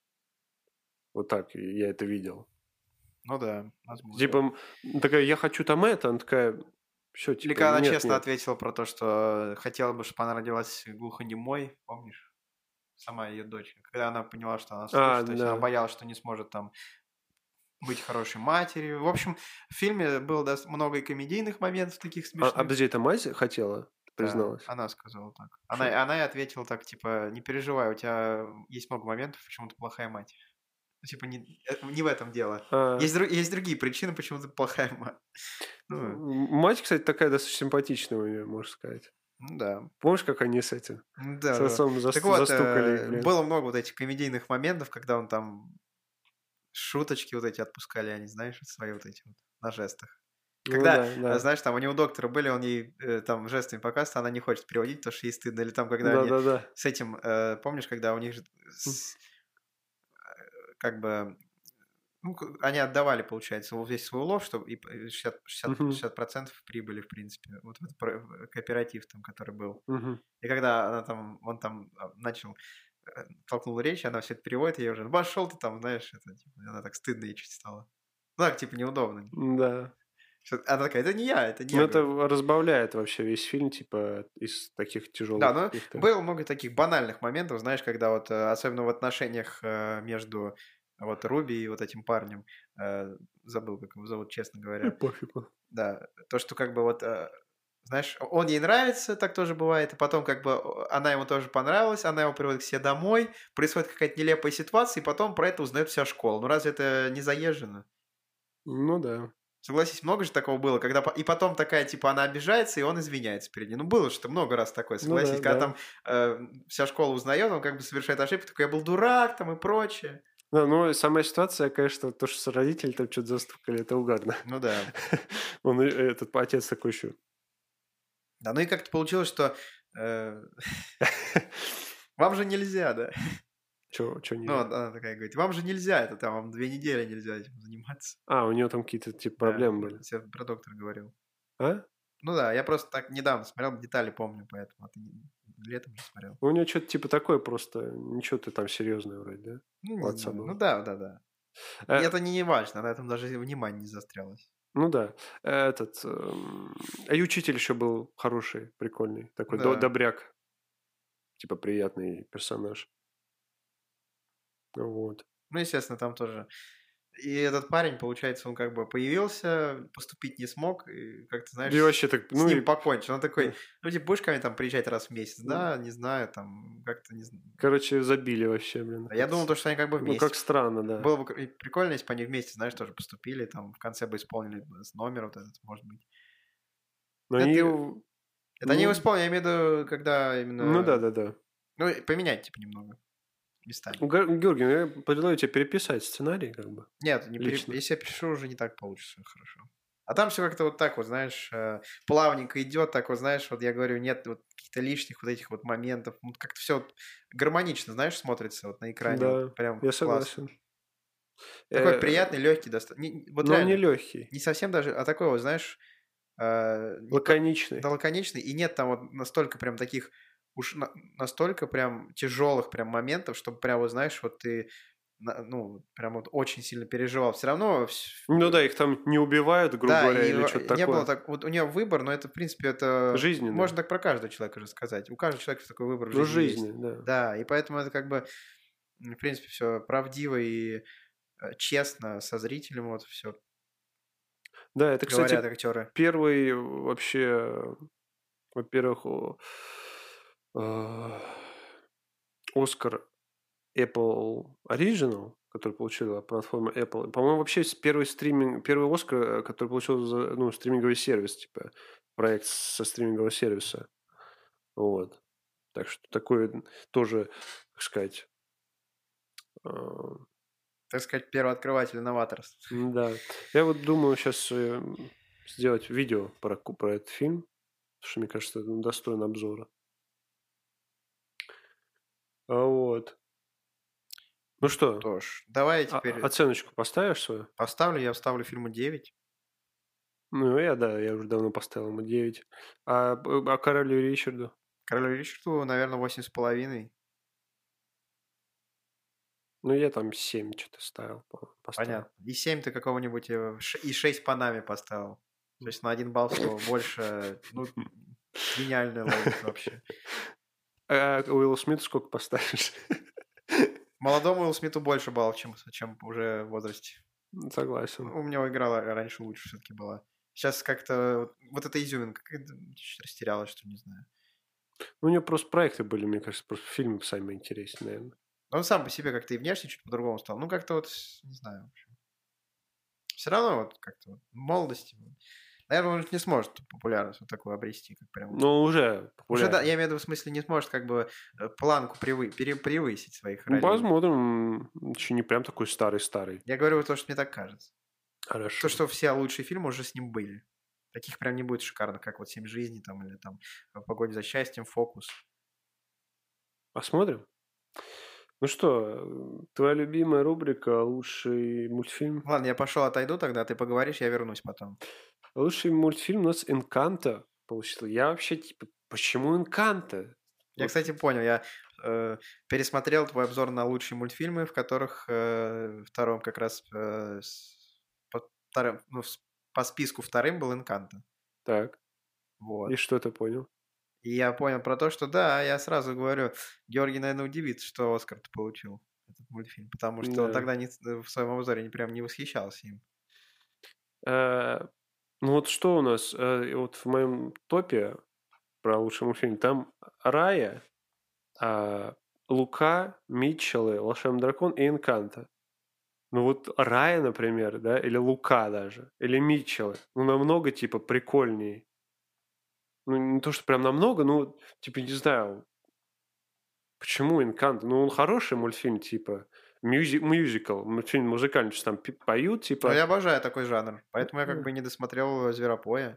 Вот так я это видел. Ну да, возможно. Типа, м, такая, я хочу там это, она такая, все, Или типа, когда она нет, честно нет. ответила про то, что хотела бы, чтобы она родилась глухонемой, помнишь? Сама ее дочь. Когда она поняла, что она А, слышит, то есть она да. боялась, что не сможет там быть хорошей матерью. В общем, в фильме было дос- много и комедийных моментов таких А, а смешных. подожди, это мать хотела, Да, призналась? она сказала так. Шо? Она, она и ответила так, типа, не переживай, у тебя есть много моментов, почему ты плохая мать. Ну, типа, не, э, не в этом дело. А, Есть, дру- есть другие причины, почему ты плохая мать. Ну, м, мать, кстати, такая достаточно симпатичная у нее, можно сказать. ну да. Помнишь, как они с этим, Ну с да, да. отцом зас- Так вот, застукали их, э, блин? было много вот этих комедийных моментов, когда он там шуточки вот эти отпускали, они, знаешь, вот свои вот эти вот на жестах. Ну Когда, да, э, да. знаешь, там они у доктора были, он ей э, там жестами показывает, она не хочет переводить, потому что ей стыдно. Или там, когда они Да-да-да. с этим, э, помнишь, когда у них же М, с- как бы, ну, к- они отдавали, получается, вот весь свой улов, чтобы и п- шестьдесят, шестьдесят, мгм, шестьдесят процентов прибыли, в принципе, вот в этот про- в кооператив там, который был. мгм. И когда она там, он там а, начал, э, толкнул речь, она все это переводит, и я уже, пошел ты там, знаешь, это, типа, она так стыдно ей чуть стало. Ну, так, типа, неудобно. Да. Что- Она такая, это не я, это не Ну, я, это говорит. разбавляет вообще весь фильм, типа, из таких Да, тяжелых но каких-то. было много таких банальных моментов, знаешь, когда вот, э, особенно в отношениях э, между вот Руби и вот этим парнем, э, забыл, как его зовут, честно И говоря, пофигу. да, то, что как бы вот, э, знаешь, он ей нравится, так тоже бывает, и потом как бы о, она ему тоже понравилась, она его приводит к себе домой, происходит какая-то нелепая ситуация, и потом про это узнает вся школа. Ну разве это не заезжено? Ну да. Согласись, много же такого было, когда по- и потом такая, типа, она обижается, и он извиняется перед ней. Ну, было что много раз такое, Ну согласись, да, когда да. там э, вся школа узнает, он как бы совершает ошибку, такой, я был дурак там и прочее. Да, ну и самая ситуация, конечно, то, что родители там что-то застукали, это угарно. Ну да. Он, и- этот отец такой еще. Да, ну и как-то получилось, что э, вам же нельзя, да? Че, че Ну, нельзя? она такая говорит, вам же нельзя, это там, вам две недели нельзя этим заниматься. А, у него там какие-то типа Да, проблемы были. я про доктора говорил. А? Ну да, я просто так недавно смотрел, детали помню, поэтому, а ты не- летом же смотрел. Ну, у него что-то типа такое просто, ничего ты там серьезное вроде, да? Ну, У не отца знаю, ну было. да, да, да. Э, Это не важно, на этом даже внимание не застрялось. ну да, этот, эм, а и учитель еще был хороший, прикольный, такой до- Да. добряк, типа приятный персонаж. Вот. Ну, естественно, там тоже. И этот парень, получается, он как бы появился, поступить не смог, и как ты знаешь, И с вообще так, с ну ним и покончил. Он такой, да. ну, типа, будешь ко мне там приезжать раз в месяц? М, Да, не знаю, там, как-то не знаю. короче, забили вообще, блин. Я как думал, с- то, что они как бы Ну, вместе. как странно, да. Было бы к- и прикольно, если бы они вместе, знаешь, тоже поступили, там, в конце бы исполнили бы с номер вот этот, может быть. Но Это, они, и- его- это они его ну, исполнили, я имею в виду, когда ну да, именно, да, да. ну, и поменять, типа, немного местами. Га- Георгий, ну, я предлагаю тебе переписать сценарий, как бы, Нет, не пере- лично. если я пишу, уже не так получится хорошо. А там все как-то вот так вот, знаешь, э, плавненько идет, так вот, знаешь, вот я говорю, нет вот каких-то лишних вот этих вот моментов. Вот как-то все гармонично, знаешь, смотрится вот на экране, Да, вот прям я классно. согласен. Такой Э, приятный, легкий, достаточно. Вот но он не реально, легкий, не совсем даже, а такой вот, знаешь, э, не то, лаконичный. да, лаконичный, и нет там вот настолько прям таких уж на- настолько прям тяжелых прям моментов, чтобы прям вот, знаешь, вот ты на- ну, прям вот очень сильно переживал. Все равно вс- Ну да, их там не убивают, грубо да, говоря, и или во- что-то не было такое. так. Вот у нее выбор, но это, в принципе, это Жизненный. можно так про каждого человека же сказать. У каждого человека такой выбор в Ну, жизни есть. жизнь, да. Да, и поэтому это как бы, м, в принципе, все правдиво и э, честно со зрителем вот все Да, это, говорят кстати, актеры. первый вообще, во-первых, о- а, Оскар Apple Original, который получила платформа Apple. По-моему, вообще с- первый стриминг, первый Оскар, э, который получил за, ну, стриминговый сервис, типа проект со стримингового сервиса. Вот. Так что такое тоже, так сказать, а, Так сказать, первооткрыватель новаторств. да. Я вот думаю сейчас сделать видео про, ку- про этот фильм, потому что, мне кажется, это достоин обзора. А вот. Ну что, Что ж, давай я а- теперь оценочку поставишь свою? поставлю. Я вставлю фильму девять. Ну, я, да, я уже давно поставил ему девять. А, б- а Королю и Ричарду? Королю Ричарду, наверное, восемь с половиной. Ну, я там семь что-то ставил, по-моему, поставил. Понятно. И семь ты какого-нибудь, э, ш- и шесть по нами поставил. То есть на один балл всего больше. Ну, гениальная логика вообще. А Уиллу Смиту сколько поставишь? Молодому Уилл Смиту больше баллов, чем, чем уже в возрасте. Согласен. У меня играла раньше лучше все-таки была. Сейчас как-то вот, вот эта изюминка как-то чуть растерялась, что ли, не знаю. Ну, у него просто проекты были, мне кажется, просто фильмы сами интереснее, наверное. Но он сам по себе как-то и внешне чуть по-другому стал. Ну, как-то вот, не знаю, в общем. Все равно вот как-то вот в молодости. Наверное, он не сможет популярность вот такую обрести, как прям вот. Ну, уже Уже, да, я популярно. имею в виду, в смысле, не сможет как бы э, планку привы, пере- превысить своих Ну, ролей. посмотрим. Еще не прям такой старый-старый. Я говорю то, что мне так кажется. То, Хорошо. что все лучшие фильмы уже с ним были. Таких прям не будет шикарно, как вот «Семь жизней» там, или там «Погоня за счастьем», «Фокус». Посмотрим. Ну что, твоя любимая рубрика «Лучший мультфильм»? Ладно, я пошел отойду тогда, ты поговоришь, я вернусь потом. Лучший мультфильм у нас «Энканто» получил. Я вообще, типа, почему «Энканто»? Я, Вот, кстати, понял, я э, пересмотрел твой обзор на лучшие мультфильмы, в которых э, втором как раз э, с- по, вторым- ну, с- по списку вторым был «Энканто». так, и Вот. что ты понял? И я понял про то, что да, я сразу говорю, Георгий, наверное, удивится, что Оскар ты получил этот мультфильм, потому что он Да. тогда не, в своем обзоре не, прям не восхищался им. Э, ну вот что у нас? Э, вот в моем топе про лучший мультфильм там Рая, а, Лука, Митчеллы, Волшебный дракон и Энканто. Ну вот Рая, например, да, или Лука даже, или Митчеллы, ну намного типа прикольнее. Ну не то, что прям намного, ну типа не знаю, почему Энканто. Ну он хороший мультфильм, типа мюзи- мюзикл, мультфильм музыкальный, что там пи- поют, Но типа. я обожаю такой жанр, поэтому я как бы не досмотрел «Зверопоя».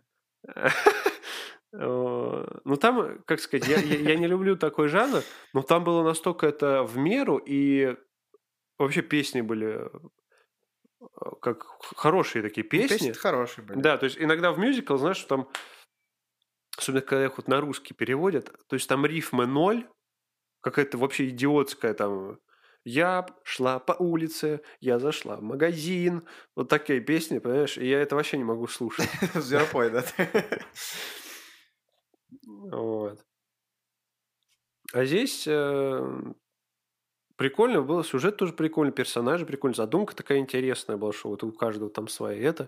Э, Ну там, как сказать, я, я, я не люблю такой жанр, но там было настолько это в меру, и вообще песни были э, как хорошие такие Ну, песни-то песни. хорошие были. Да, то есть иногда в мюзикл, знаешь, что там, особенно когда их вот на русский переводят, то есть там рифмы ноль, какая-то вообще идиотская там. Я шла по улице, я зашла в магазин. Вот такие песни, понимаешь, и я это вообще не могу слушать. «Зверопой», да? Вот. А здесь э, прикольно было, сюжет тоже прикольный, персонажи прикольные, задумка такая интересная была, что вот у каждого там своя это.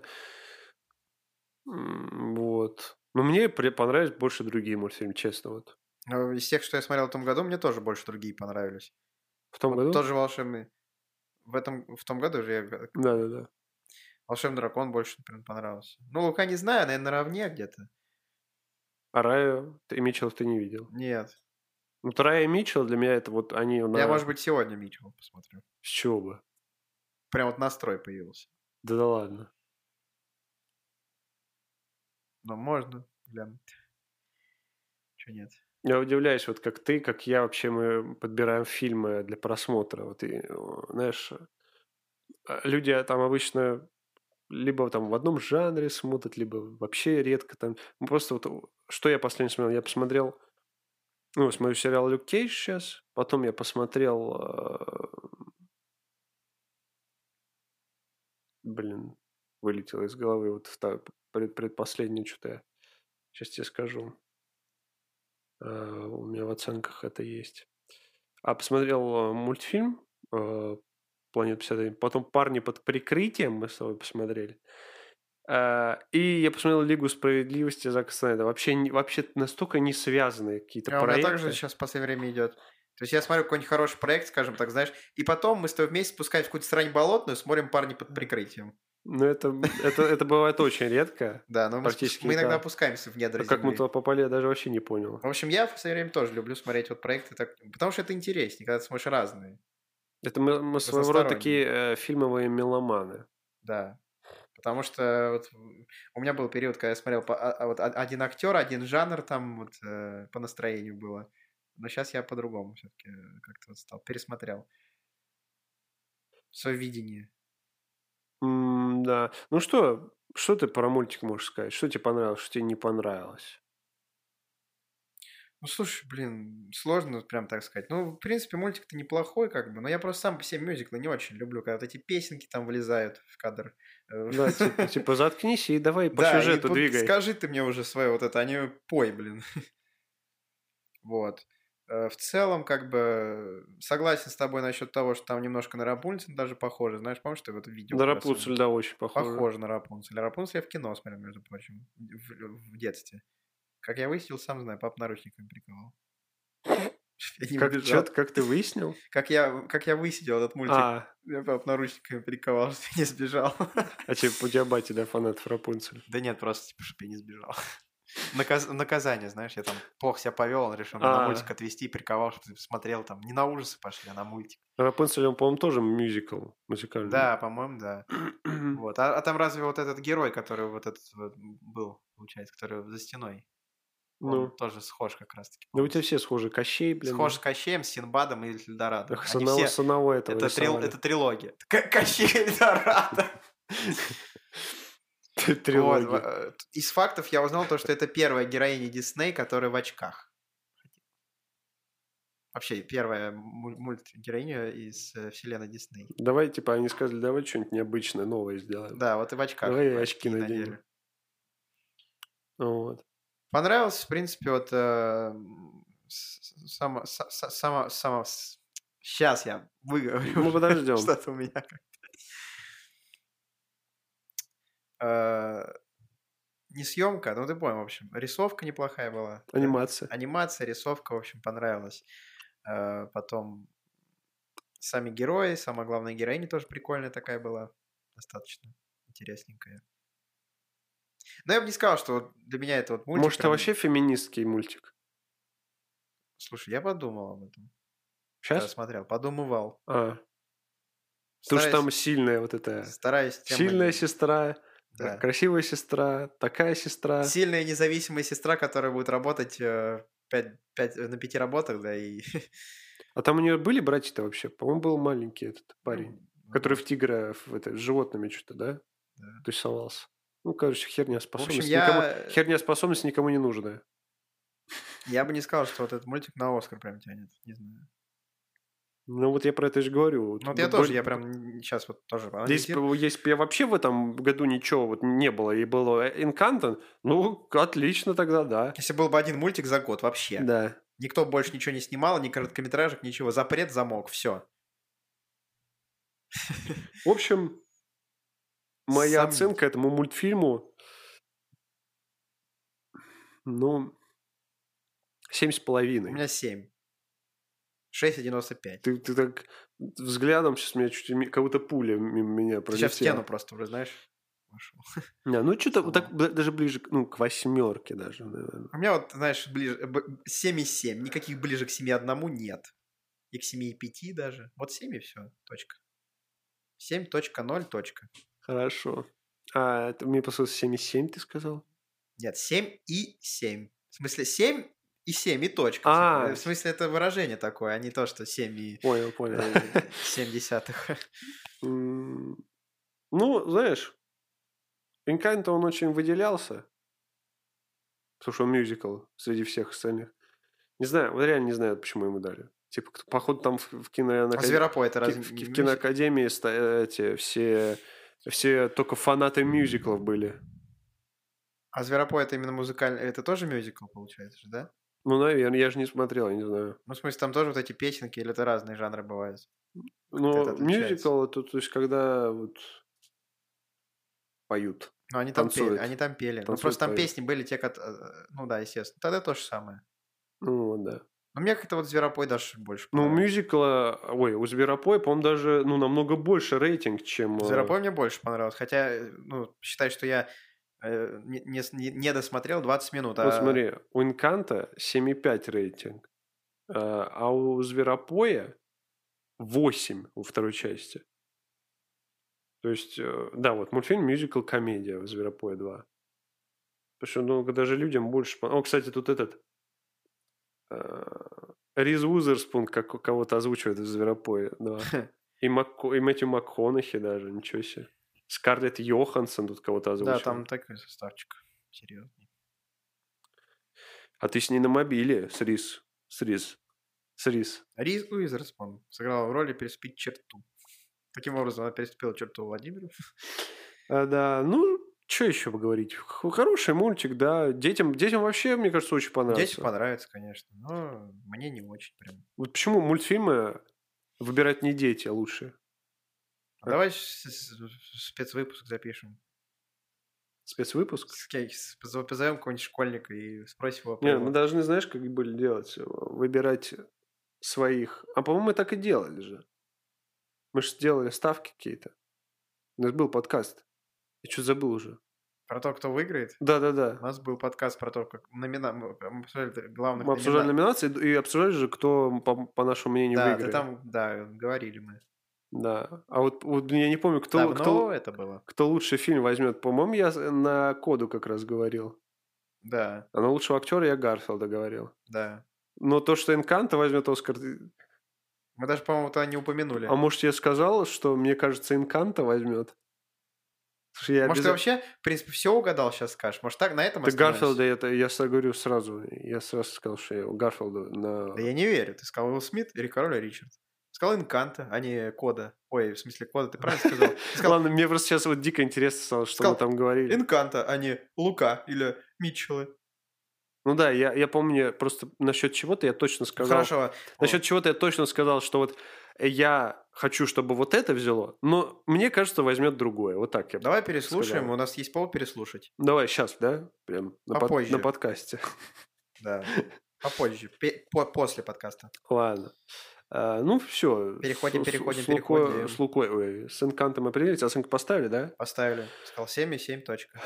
М, Вот. Но мне при- понравились больше другие мультфильмы, честно. Вот. Но из тех, что я смотрел в том году, мне тоже больше другие понравились. В том Вот году? тоже «Волшебный». В этом, в том году же я г- Да-да-да. «Волшебный дракон» больше, например, понравился. Ну, «Лука» не знаю, наверное, наравне где-то. А Раю ты, Митчелл ты не видел. Нет. Ну, вот Рая и Митчелл для меня это вот они Я, на... может быть, сегодня Митчелл посмотрю. С чего бы? Прям вот настрой появился. Да, да ладно. Но можно глянуть. Чего нет? Я удивляюсь, вот как ты, как я, вообще мы подбираем фильмы для просмотра. Вот и, э, знаешь, э, люди там обычно либо там в одном жанре смотрят, либо вообще редко там. Ну, просто вот э, что я последний смотрел? Я посмотрел, ну, смотрю сериал Люк Кейдж сейчас, потом я посмотрел, э, блин, вылетело из головы вот втор- пред, предпоследний что-то я сейчас тебе скажу. Э, у меня в оценках это есть. А посмотрел э, мультфильм э, «Планета пятьдесят один», потом «Парни под прикрытием» мы с тобой посмотрели. А, И я посмотрел «Лигу справедливости» Зака Снайдера. Вообще, не- вообще настолько не связанные какие-то А у меня также проекты. сейчас в последнее время идет. То есть я смотрю какой-нибудь хороший проект, скажем так, знаешь, и потом мы с тобой вместе спускаемся в какую-то срань болотную, смотрим «Парни под прикрытием». Но это, это, это бывает очень редко, Да, но мы, спус- практически мы иногда никогда. опускаемся в недра А как мы земли. туда попали, я даже вообще не понял. В общем, я в последнее время тоже люблю смотреть вот проекты, так, потому что это интереснее, когда ты смотришь разные, Это мы, мы своего рода разносторонние. такие э, фильмовые меломаны. Да. Потому что вот у меня был период, когда я смотрел по, а- а вот а- один актер, один жанр там вот э, по настроению было. Но сейчас я по-другому все-таки как-то вот стал, пересмотрел свое видение. М, да. Ну что, что ты про мультик можешь сказать? Что тебе понравилось, что тебе не понравилось? Ну, слушай, блин, сложно прям так сказать. Ну, в принципе, мультик-то неплохой, как бы, но я просто сам по себе мюзиклы не очень люблю, когда вот эти песенки там вылезают в кадр. Э, Да, типа, типа заткнись и давай по Да, и сюжету тут двигай. скажи ты мне уже свое вот это, а не пой, блин. Вот. Э, В целом, как бы, согласен с тобой насчет того, что там немножко на Рапунцель даже похоже. Знаешь, помнишь, ты в это видео На как раз его? Рапунцель, да, очень похоже. Похоже на Рапунцель. А Рапунцель я в кино смотрел, между прочим, в, в детстве. Как я выяснил, сам знаю, пап наручниками приковал. Я не Как, чё, убежал. ты- как ты выяснил? Как я, как я высидел этот мультик. А, Я пап наручниками приковал, чтобы я не сбежал. а типа у тебя батя, да, фанат Рапунцель? Да нет, просто типа, чтобы я не сбежал. Наказ- Наказание, знаешь, я там плохо себя повел, он решил меня на мультик А, отвезти, приковал, чтобы ты посмотрел там. Не на ужасы пошли, а на мультик. Рапунцель, он, по-моему, тоже мюзикл музыкальный. Да, по-моему, да. Вот. А, а там разве вот этот герой, который вот этот вот был, получается, который за стеной, он Ну, тоже схож как раз-таки, да у по-моему. тебя с- все схожи. Кощей, блин, Схож да. с Кощеем, с Синбадом и Эльдорадо. Ах, с Они одного, все... с одного этого Это, трил... рисовали. это трилогия. К- Кощей и Эльдорадо. Вот. Трилогия. э, Из фактов я узнал то, что это первая героиня Дисней, которая в очках. Вообще, первая муль- мультгероиня из э, вселенной Дисней. Давай, типа, они сказали, давай что-нибудь необычное, новое сделаем. Да, вот и в очках. Давай очки очки наденем. надели. Вот. Понравилось, в принципе, вот э, с- с- само, са- са- само, само, сейчас я выговорю, Мы уже, подождем. что-то у меня как-то. Э, Не съемка, ну ты понял, в общем. Рисовка неплохая была. да. Анимация. Анимация, рисовка, в общем, понравилась. Э, Потом сами герои, самая главная героиня тоже прикольная такая была. Достаточно интересненькая. Но я бы не сказал, что вот для меня это вот мультик Может, это прям... вообще феминистский мультик? Слушай, я подумал об этом, когда Сейчас? смотрел. Подумывал. А, потому что Стараюсь, там сильная вот эта... стараюсь тем... Сильная не- сестра, Да. красивая сестра, такая сестра. Сильная независимая сестра, которая будет работать э, пять, пять, на пяти работах, да, и... А там у нее были братья-то вообще? По-моему, был маленький этот парень, ну, который вот, в тигра, в это, с животными что-то, да, да. тусовался. Ну, короче, херня В общем, способность. Никому... я... Херня способность никому не нужная. Я бы не сказал, что вот этот мультик на Оскар прям тянет. Не знаю. Ну, вот я про это же говорю. Вот Ну, вот я б- тоже, б- я прям сейчас вот тоже Здесь, анализирую. бы- если бы я вообще в этом году ничего вот не было, и было Encanto, ну, отлично тогда, да. Если был бы один мультик за год вообще. Да. Никто больше ничего не снимал, ни короткометражек, ничего. Запрет, замок, все. В общем, моя Сам... оценка этому мультфильму, ну, семь с У половиной. меня семь. шесть девяносто пять. Ты, ты так взглядом сейчас меня чуть ми- как будто пуля мимо меня Ты сейчас в пролетела. стену просто уже, знаешь, вошел. Не, ну, что-то вот так Сломал. б- даже ближе, к- ну, к восьмерке даже, наверное. У меня вот, знаешь, ближе, б- семь и семь. Никаких ближе к семи одному нет. И к семи и пяти даже. Вот семь и все. Точка. семь точка ноль. Точка. Хорошо. А это мне послушалось семь и семь, ты сказал? Нет, семь и семь. В смысле, семь и семь и точка. А, В смысле, это выражение такое, а не то, что семь и понял, понял. э, семь десятых. М, Ну, знаешь, Encanto он очень выделялся, потому что он мюзикл среди всех остальных. Не знаю, вот реально не знаю, почему ему дали. Типа, кто- походу там в, в, кино- А Зверопой это разве в, не в мюзикл? киноакадемии ста- эти все, все только фанаты мюзиклов были. А Зверопой это именно музыкальный... Это тоже мюзикл, получается же, да? Ну, наверное, я же не смотрел, я не знаю. Ну, в смысле, там тоже вот эти песенки, или это разные жанры бывают? Как-то Но это отличается. мюзикл это, то есть, когда вот поют. Ну, они там пели, Танцуют. они там пели. Ну, Танцуют, просто там поют. песни были те, как... э, Ну, да, естественно. Тогда то же самое. Ну, вот, да. Но мне как-то вот Зверопой даже больше Ну, у понравился. мюзикла, ой, у Зверопоя, по-моему, даже, ну, намного больше рейтинг, чем... э, Зверопой мне больше понравился. Хотя, э, ну, считай, что я э, не, не, с- не- не досмотрел двадцать минут. Вот а- смотри, у Encanto семь и пять рейтинг, а а у Зверопоя восемь во второй части. То есть, э, да, вот мультфильм, мюзикл, комедия в Зверопое два. Потому что, ну, даже людям больше... пон- О, кстати, тут этот... э, Риз Уизерспун как кого-то озвучивает в Зверопое два. И, Мак... и Мэтью МакКонахи даже, ничего себе. Скарлетт Йоханссон тут кого-то озвучила. Да, там такой составчик серьезный. А ты с ней на мобиле, с Риз. С Риз. С Риз. Риз Уизерспун сыграла в роли переступить черту. Таким образом, она переступила черту Владимиру. А, да, ну, что еще поговорить? Х- Хороший мультик, да. Детям, детям вообще, мне кажется, очень понравится. Детям понравится, конечно, но мне не очень прям. Вот почему мультфильмы выбирать не дети, а лучше? А давай с- с- спецвыпуск запишем. Спецвыпуск? С кей- с- позов- Позовем какого-нибудь школьника и спросим его про Не, его- мы должны, знаешь, как были делать? Выбирать своих. А по-моему, мы так и делали же. Мы же сделали ставки какие-то. У нас был подкаст. Я что забыл уже. про то, кто выиграет. У Да-да-да. нас был подкаст про то, как номина... мы мы обсуждали главных Мы обсуждали номина- номинации и обсуждали же, кто, по, по нашему мнению, Да, ты выиграет. там, да, говорили мы. Да. А вот, вот я не помню, кто, Давно кто, это было? кто лучший фильм возьмет. По-моему, я с- на коду как раз говорил. Да, А на лучшего актера я Гарфилда говорил. да. Но то, что Энканто возьмет Оскар... ты- Мы даже, по-моему, тогда не упомянули. А может, я сказал, что мне кажется, Энканто возьмет? Слушай, я Может, ты обяза- вообще, в принципе, все угадал сейчас скажешь? Может, так на этом Ты остановимся? Гарфилда, это я с- говорю сразу. Я сразу сказал, что я Гарфилда на... Да я не верю. Ты сказал Уилл Смит или Король Ричард. Сказал Инканта, а не Кода. Ой, в смысле Кода, ты правильно сказал? Ты сказал Ладно, мне просто сейчас вот дико интересно стало, что Сказал, мы там говорили. Инканта, а не Лука или Митчеллы. Ну да, я, я помню, просто насчет чего-то я точно Ну, сказал. хорошо. Насчет чего-то я точно сказал, что вот я хочу, чтобы вот это взяло, но мне кажется, возьмет другое. Вот так я бы Давай переслушаем. сказал. У нас есть повод переслушать. Давай сейчас, да? Прям на, под- Попозже. на подкасте. Да. Попозже. Пе- по- После подкаста. Ладно. А, ну, все. Переходим, переходим, с Лукой, переходим. С Лукой, ой, с Энкантом определились, оценку поставили, да? Поставили. Сказал семь и семь точка.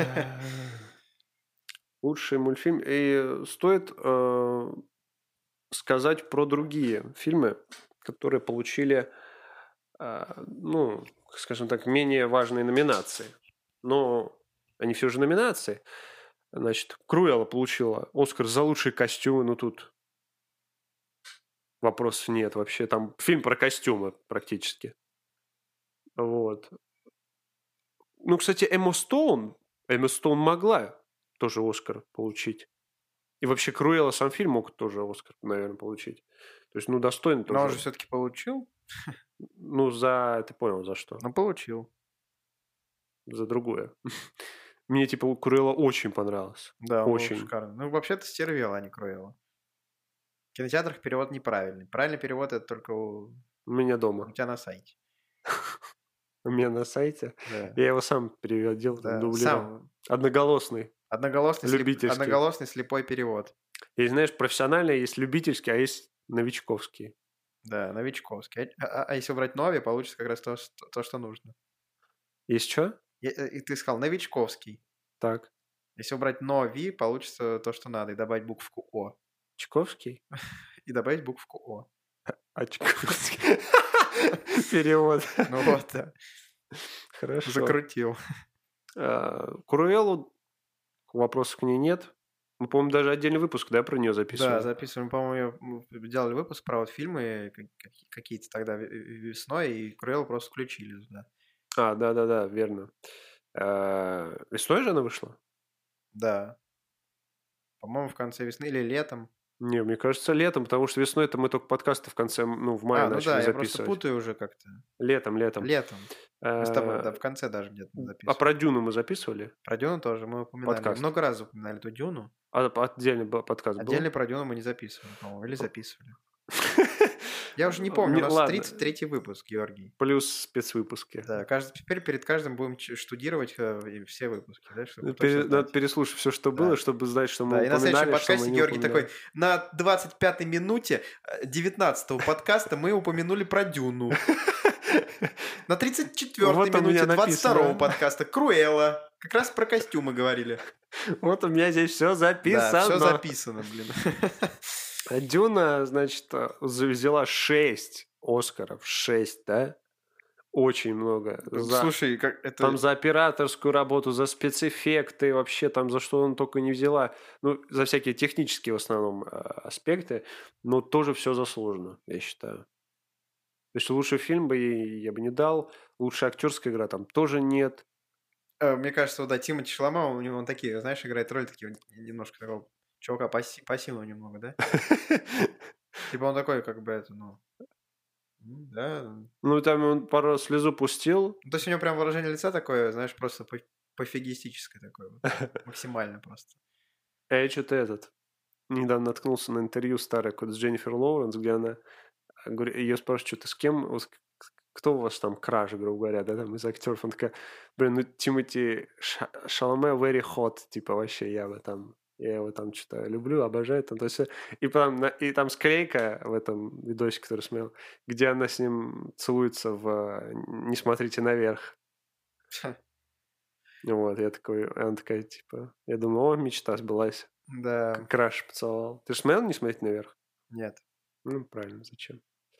Лучший мультфильм. И стоит э, сказать про другие фильмы, которые получили, э, ну, скажем так, менее важные номинации. Но они все же номинации. Значит, Круэлла получила Оскар за лучшие костюмы. Ну, тут вопросов нет вообще. Там фильм про костюмы практически. Вот. Ну, кстати, Эмма Стоун, Эмма Стоун могла тоже Оскар получить. И вообще Круэлла сам фильм мог тоже Оскар, наверное, получить. То есть, ну, достойно тоже. Но он же все-таки получил. Ну, за... Ты понял, за что? Ну, получил. За другое. Мне, типа, Круэлла очень понравилось. Да, он был Очень. шикарный. Ну, вообще-то Стервелла, а не Круэлла. В кинотеатрах перевод неправильный. Правильный перевод это только у, У меня у дома. тебя на сайте. У меня на сайте. Да. Я его сам переводил, Да, дублировал. сам. Одноголосный. Одноголосный, слеп- Любительский. одноголосный слепой перевод. И, знаешь, профессиональный есть любительский, а есть новичковский. Да, новичковский. А, а- а если убрать Нови, получится как раз то, что, то, что нужно. Есть что? И, и ты сказал новичковский. Так. Если убрать Нови, получится то, что надо, и добавить буковку О. Чковский? И добавить буковку О. Очковский. Перевод. Ну вот, да. Хорошо. Закрутил. А, Круэллу вопросов к ней нет. Мы, по-моему, даже отдельный выпуск, да, про нее записывали? Да, записываем, по-моему, мы делали выпуск про вот фильмы как- как- какие-то тогда ве- весной, и Круэллу просто включили. Да. А, да-да-да, верно. А, Весной же она вышла? Да. По-моему, в конце весны или летом. Не, мне кажется, летом, потому что весной это мы только подкасты в конце, ну, в мае а, ну начали да, я просто записывать. путаю уже как-то. Летом, летом. Летом. Мы с тобой, А, да, в конце даже где-то А записывали. про Дюну мы записывали? Про Дюну тоже мы упоминали. Подкаст. Много раз упоминали эту Дюну. А отдельный был подкаст был? Отдельно про Дюну мы не записывали, по-моему. Или записывали. Я уже не помню, Не, у нас ладно. тридцать третий выпуск, Георгий. Плюс спецвыпуски. Да, каждый, теперь перед каждым будем ч- штудировать э, и все выпуски, да, чтобы Пере- точно надо знать. переслушать все, что было, Да. чтобы знать, что мы Да, и на следующем упоминали, что мы подкасте не Георгий упоминали. такой, на двадцать пятой минуте э, девятнадцатого подкаста мы упомянули про Дюну. На тридцать четвёртой Вот у минуте меня двадцать второго написано. подкаста Круэлла. Как раз про костюмы говорили. Вот у меня здесь все записано. Да, все записано, блин. А Дюна, значит, взяла шесть Оскаров. шесть, да? Очень много. За- Слушай, как это... Там за операторскую работу, за спецэффекты, вообще там за что он только не взяла. Ну, за всякие технические в основном э, аспекты, но тоже все заслуженно, я считаю. То есть лучший фильм бы я, я бы не дал, лучшая актерская игра там тоже нет. Э, Мне кажется, вот, да, Тимати Шаламау, у него он такие, знаешь, играет роль такие, вот, немножко такого чувака пасси- пассивного немного, да? Типа он такой, как бы, это, ну, м, да. Ну, там он пару раз слезу пустил. Ну, то есть у него прям выражение лица такое, знаешь, просто по- пофигистическое такое, вот, максимально просто. А я что-то этот недавно наткнулся на интервью старое какое-то с Дженнифер Лоуренс, где она говорит, ее спрашивают, что ты с кем, вот к- кто у вас там краш, грубо говоря, да, там из актеров. Он такая, блин, ну Тимати Ша- Шаломе very hot, типа вообще я его там, я его там что-то люблю, обожаю. Там, то есть, и, там, на- и там склейка в этом видосе, который смотрел, где она с ним целуется в «Не смотрите наверх». Вот, я такой, она такая, типа, я думаю, о, мечта сбылась. Да, Краш поцеловал. Ты же смотрел «Не смотреть наверх»? нет. Ну, правильно, зачем?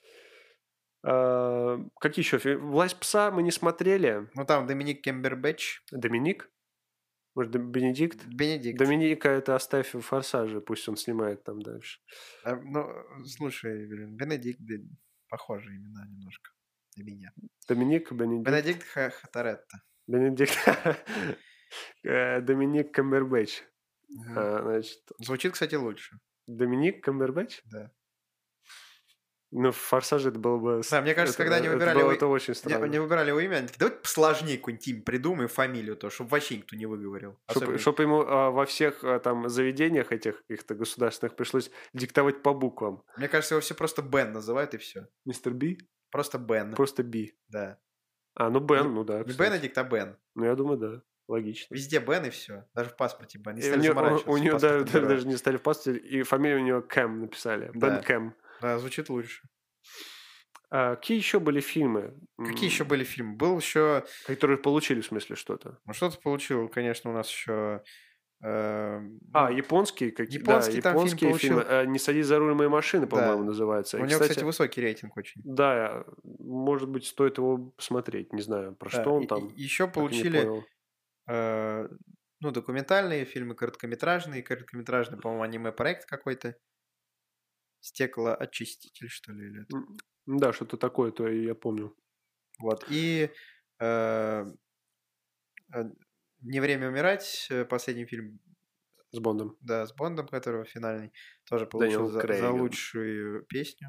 А, какие еще фильмы? «Власть пса» мы не смотрели. Ну, там Доминик Кембербэтч, Доминик? Может, Д- Бенедикт? Бенедикт. Доминика это оставь в «Форсаже», пусть он снимает там дальше. А, Ну, слушай, блин, Бенедикт, блин, похожие имена немножко для меня. Доминик, Бенедикт. Бенедикт Ха- Хатаретта. Бенедикт. Э, Доминик Камбербэтч. Мгм. А, значит, Звучит, кстати, лучше. Доминик Камбербэтч? Да. Ну, в «Форсаже» это было бы... с- Да, мне кажется, это, когда они это выбирали было его- это очень Не, странно. не выбирали его имя, они такие, давайте посложнее какой-нибудь имя придумаем, фамилию то, чтобы вообще никто не выговорил. Особенно- Чтобы ему а, во всех а, там заведениях этих каких-то государственных пришлось диктовать по буквам. Мне кажется, его все просто Бен называют, и все. Мистер Би? Просто Бен. Просто Би. Да. А, ну Бен, ну да, Не кстати. Бенедикт, а Бен. Ну, я думаю, да. Логично. Везде Бен и все. Даже в паспорте Бен. Не И стали у него, заморачиваться. у него паспорт да- отбирать. даже не стали в паспорте, и фамилию у него Кэм написали. Бен Да. Кэм. Да, звучит лучше. А какие еще были фильмы? Какие м, еще были фильмы? Был еще... Которые получили, в смысле, что-то? Ну, что-то получил, конечно, у нас еще... А, ну, японские какие? японский да, там фильм японские получил. фильмы. «А, «Не садись за руль моей машины», по-моему, Да. называется. У И, него, кстати, кстати, высокий рейтинг очень. да, может быть, стоит его посмотреть. Не знаю, про Да, что он и- там. и- еще так и не получили понял. э, ну, документальные фильмы, короткометражные, короткометражный, по-моему, аниме-проект какой-то. Стеклоочиститель, что ли, или это. М, Да, что-то такое, то и я помню. Вот. И э, э, «Не время умирать», э, последний фильм, С Бондом. да, с Бондом, которого финальный, тоже Дэниел получил за, за Крейгом. лучшую песню.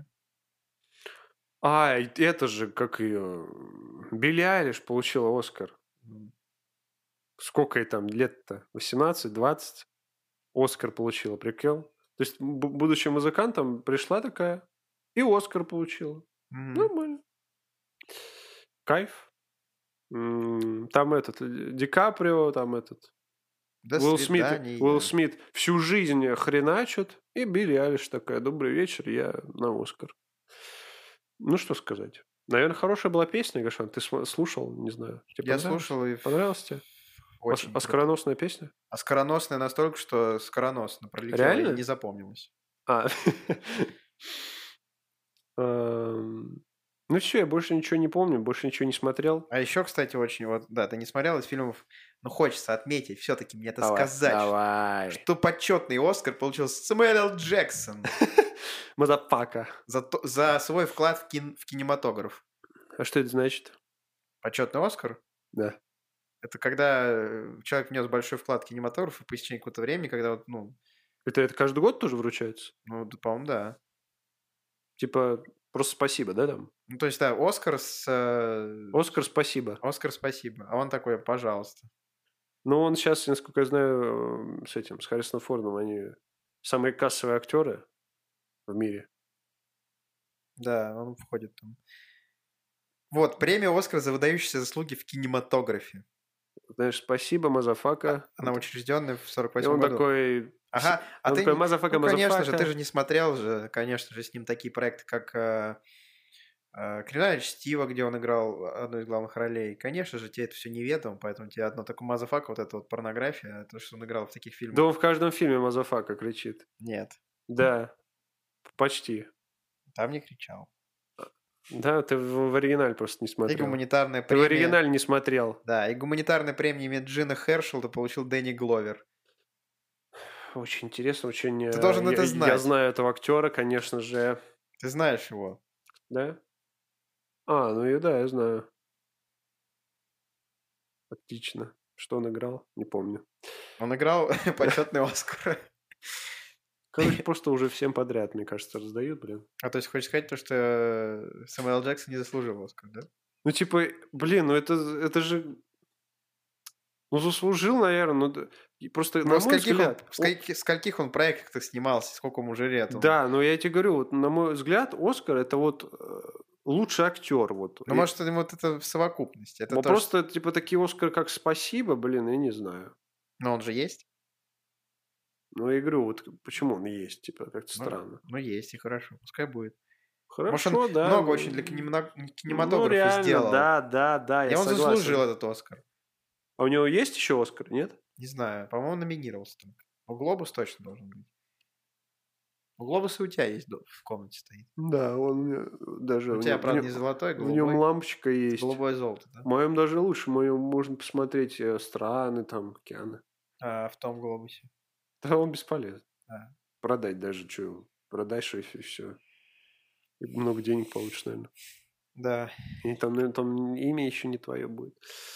А, и это же, как ее... Билли Айлиш получила Оскар. М. Сколько ей там лет-то? восемнадцать, двадцать? Оскар получила, прикол. То есть, бу- будучи музыкантом, пришла такая и Оскар получила. Мгм. Нормально. Кайф. М, Там этот, э, Ди Каприо, там этот... До Уилл Смит, свидания. Уилл Смит всю жизнь хреначит, и Билли Айлиш такая, добрый вечер, я на Оскар. Ну, что сказать. Наверное, хорошая была песня, Гашан. Ты см- слушал? Не знаю. Тебе Я понравилось? слушал и в- Понравилась тебе? очень Ос- круто. Оскароносная песня? А скороносная настолько, что скороносно пролетела Реально? и не запомнилась. А. Эм, Ну все, я больше ничего не помню, больше ничего не смотрел. А еще, кстати, очень вот, да, ты не смотрел из фильмов, но хочется отметить, все-таки мне это Давай, сказать, что- Давай. что почетный Оскар получил Сэмюэл Л. Джексон Мазапака. за, то- за свой вклад в, кин- в кинематограф. А что это значит? Почетный Оскар Да. — это когда э, человек внес большой вклад в кинематограф, и по истечении какого-то времени, когда вот, ну, Это, это каждый год тоже вручается? ну, да, по-моему, да. Типа, просто спасибо, да, там? Ну, то есть, да, Оскар с... э, Оскар, спасибо. Оскар, спасибо. А он такой, пожалуйста. Ну, он сейчас, насколько я знаю, с этим, с Харрисоном Фордом, они самые кассовые актеры в мире. Да, он входит там. Вот, премия «Оскар» за выдающиеся заслуги в кинематографе. Знаешь, спасибо, мазафака. Она учрежденная в сорок И восьмом он году. такой... Ага, а он ты... такой, не- мазафака, ну, конечно же, мазафака. ты же не смотрел же, конечно же, с ним такие проекты, как э, э, «Криминальное чтиво», где он играл одну из главных ролей. Конечно же, тебе это все неведомо, поэтому тебе одно такое мазафака, вот эта вот порнография, то, что он играл в таких фильмах. Да он в каждом фильме мазафака кричит. Нет, Да, почти. там не кричал. Да, ты в, в оригинале просто не И смотрел. гуманитарная Ты в премия... оригинале не смотрел. Да, и гуманитарная премия Меджина Хершелда получил Дэнни Гловер. Очень интересно, очень... Ты э, должен я, это я знать. знаю этого актера, конечно же. Ты знаешь его. Да? А, ну и да, я знаю. Отлично. Что он играл? Не помню. Он играл почетный Оскар. Короче, просто уже всем подряд, мне кажется, раздают, блин. А то есть хочешь сказать то, что Сэмюэл Джексон не заслужил Оскар, да? Ну, типа, блин, ну это, это же... Ну, заслужил, наверное, но просто, Ну, на в мой скольких он, взгляд... в скольких, в скольких он проектах снимался, сколько ему уже лет? Он... Да, но я тебе говорю, вот, на мой взгляд, Оскар это вот э, лучший актер. Вот. Ну, И, может, это вот это в совокупности. Это ну, тоже... просто, типа, такие Оскары, как «Спасибо», блин, я не знаю. Но он же есть? Ну, я говорю, вот почему он есть, типа, как-то Ну, странно. ну, есть, и хорошо. Пускай будет. Может, Хорошо, он да. много ну, очень для кинемано- Ну, кинематографа реально, сделал. да, да, да, И я он согласен. заслужил этот Оскар. А у него есть еще Оскар, нет? Не знаю, по-моему, номинировался там. У Глобус точно должен быть. У Глобуса у тебя есть до- в комнате стоит. Да, он у меня даже... У в тебя, нем- правда, в не нем- золотой, В нем голубой. лампочка есть. Голубое золото, да? В моем даже лучше. В моем можно посмотреть э, страны, там, океаны. А в том Глобусе. Да он бесполезен. А. Продать даже, что, продай и все. И много денег получишь, наверное. Да. И там, наверное, там имя еще не твое будет.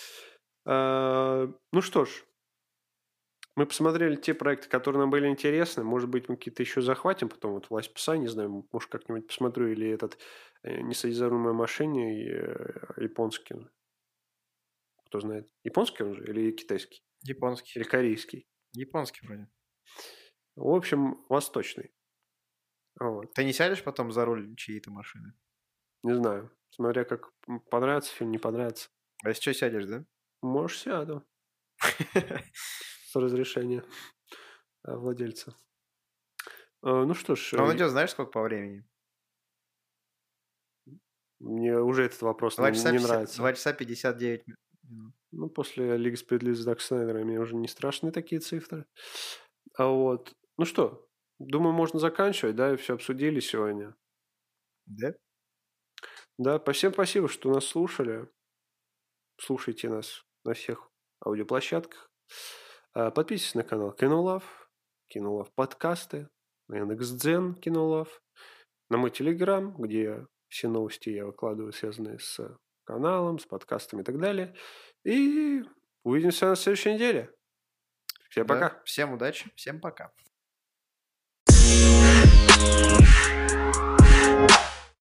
А, ну что ж, мы посмотрели те проекты, которые нам были интересны. Может быть, мы какие-то еще захватим потом. Вот «Власть пса», не знаю, может, как-нибудь посмотрю. Или этот э, «Несоизмеримое машине» и, э, японский. Кто знает. Японский он же или китайский? Японский. Или корейский? Японский вроде. В общем, восточный. Вот. Ты не сядешь потом за руль чьей-то машины? Не знаю. Смотря как понравится фильм, не понравится. А если что, сядешь, да? Можешь, сяду. С разрешения э, владельца. Э, Ну что ж, А он э, идет, знаешь, сколько по времени? мне уже этот вопрос Два не, часа, не 50, нравится. два часа пятьдесят девять минут. Ну, после Лиги справедливости Зака Снайдера мне уже не страшны такие цифры. А вот, ну что, думаю, можно заканчивать, да, и все обсудили сегодня. Да? Да, по- всем спасибо, что нас слушали. Слушайте нас на всех аудиоплощадках. А, Подписывайтесь на канал Кинолав, Кинолав подкасты, на Яндекс.Дзен Кинолав, на мой Телеграм, где все новости я выкладываю, связанные с каналом, с подкастами и так далее. И увидимся на следующей неделе. Всем Да. пока. Всем удачи, всем пока.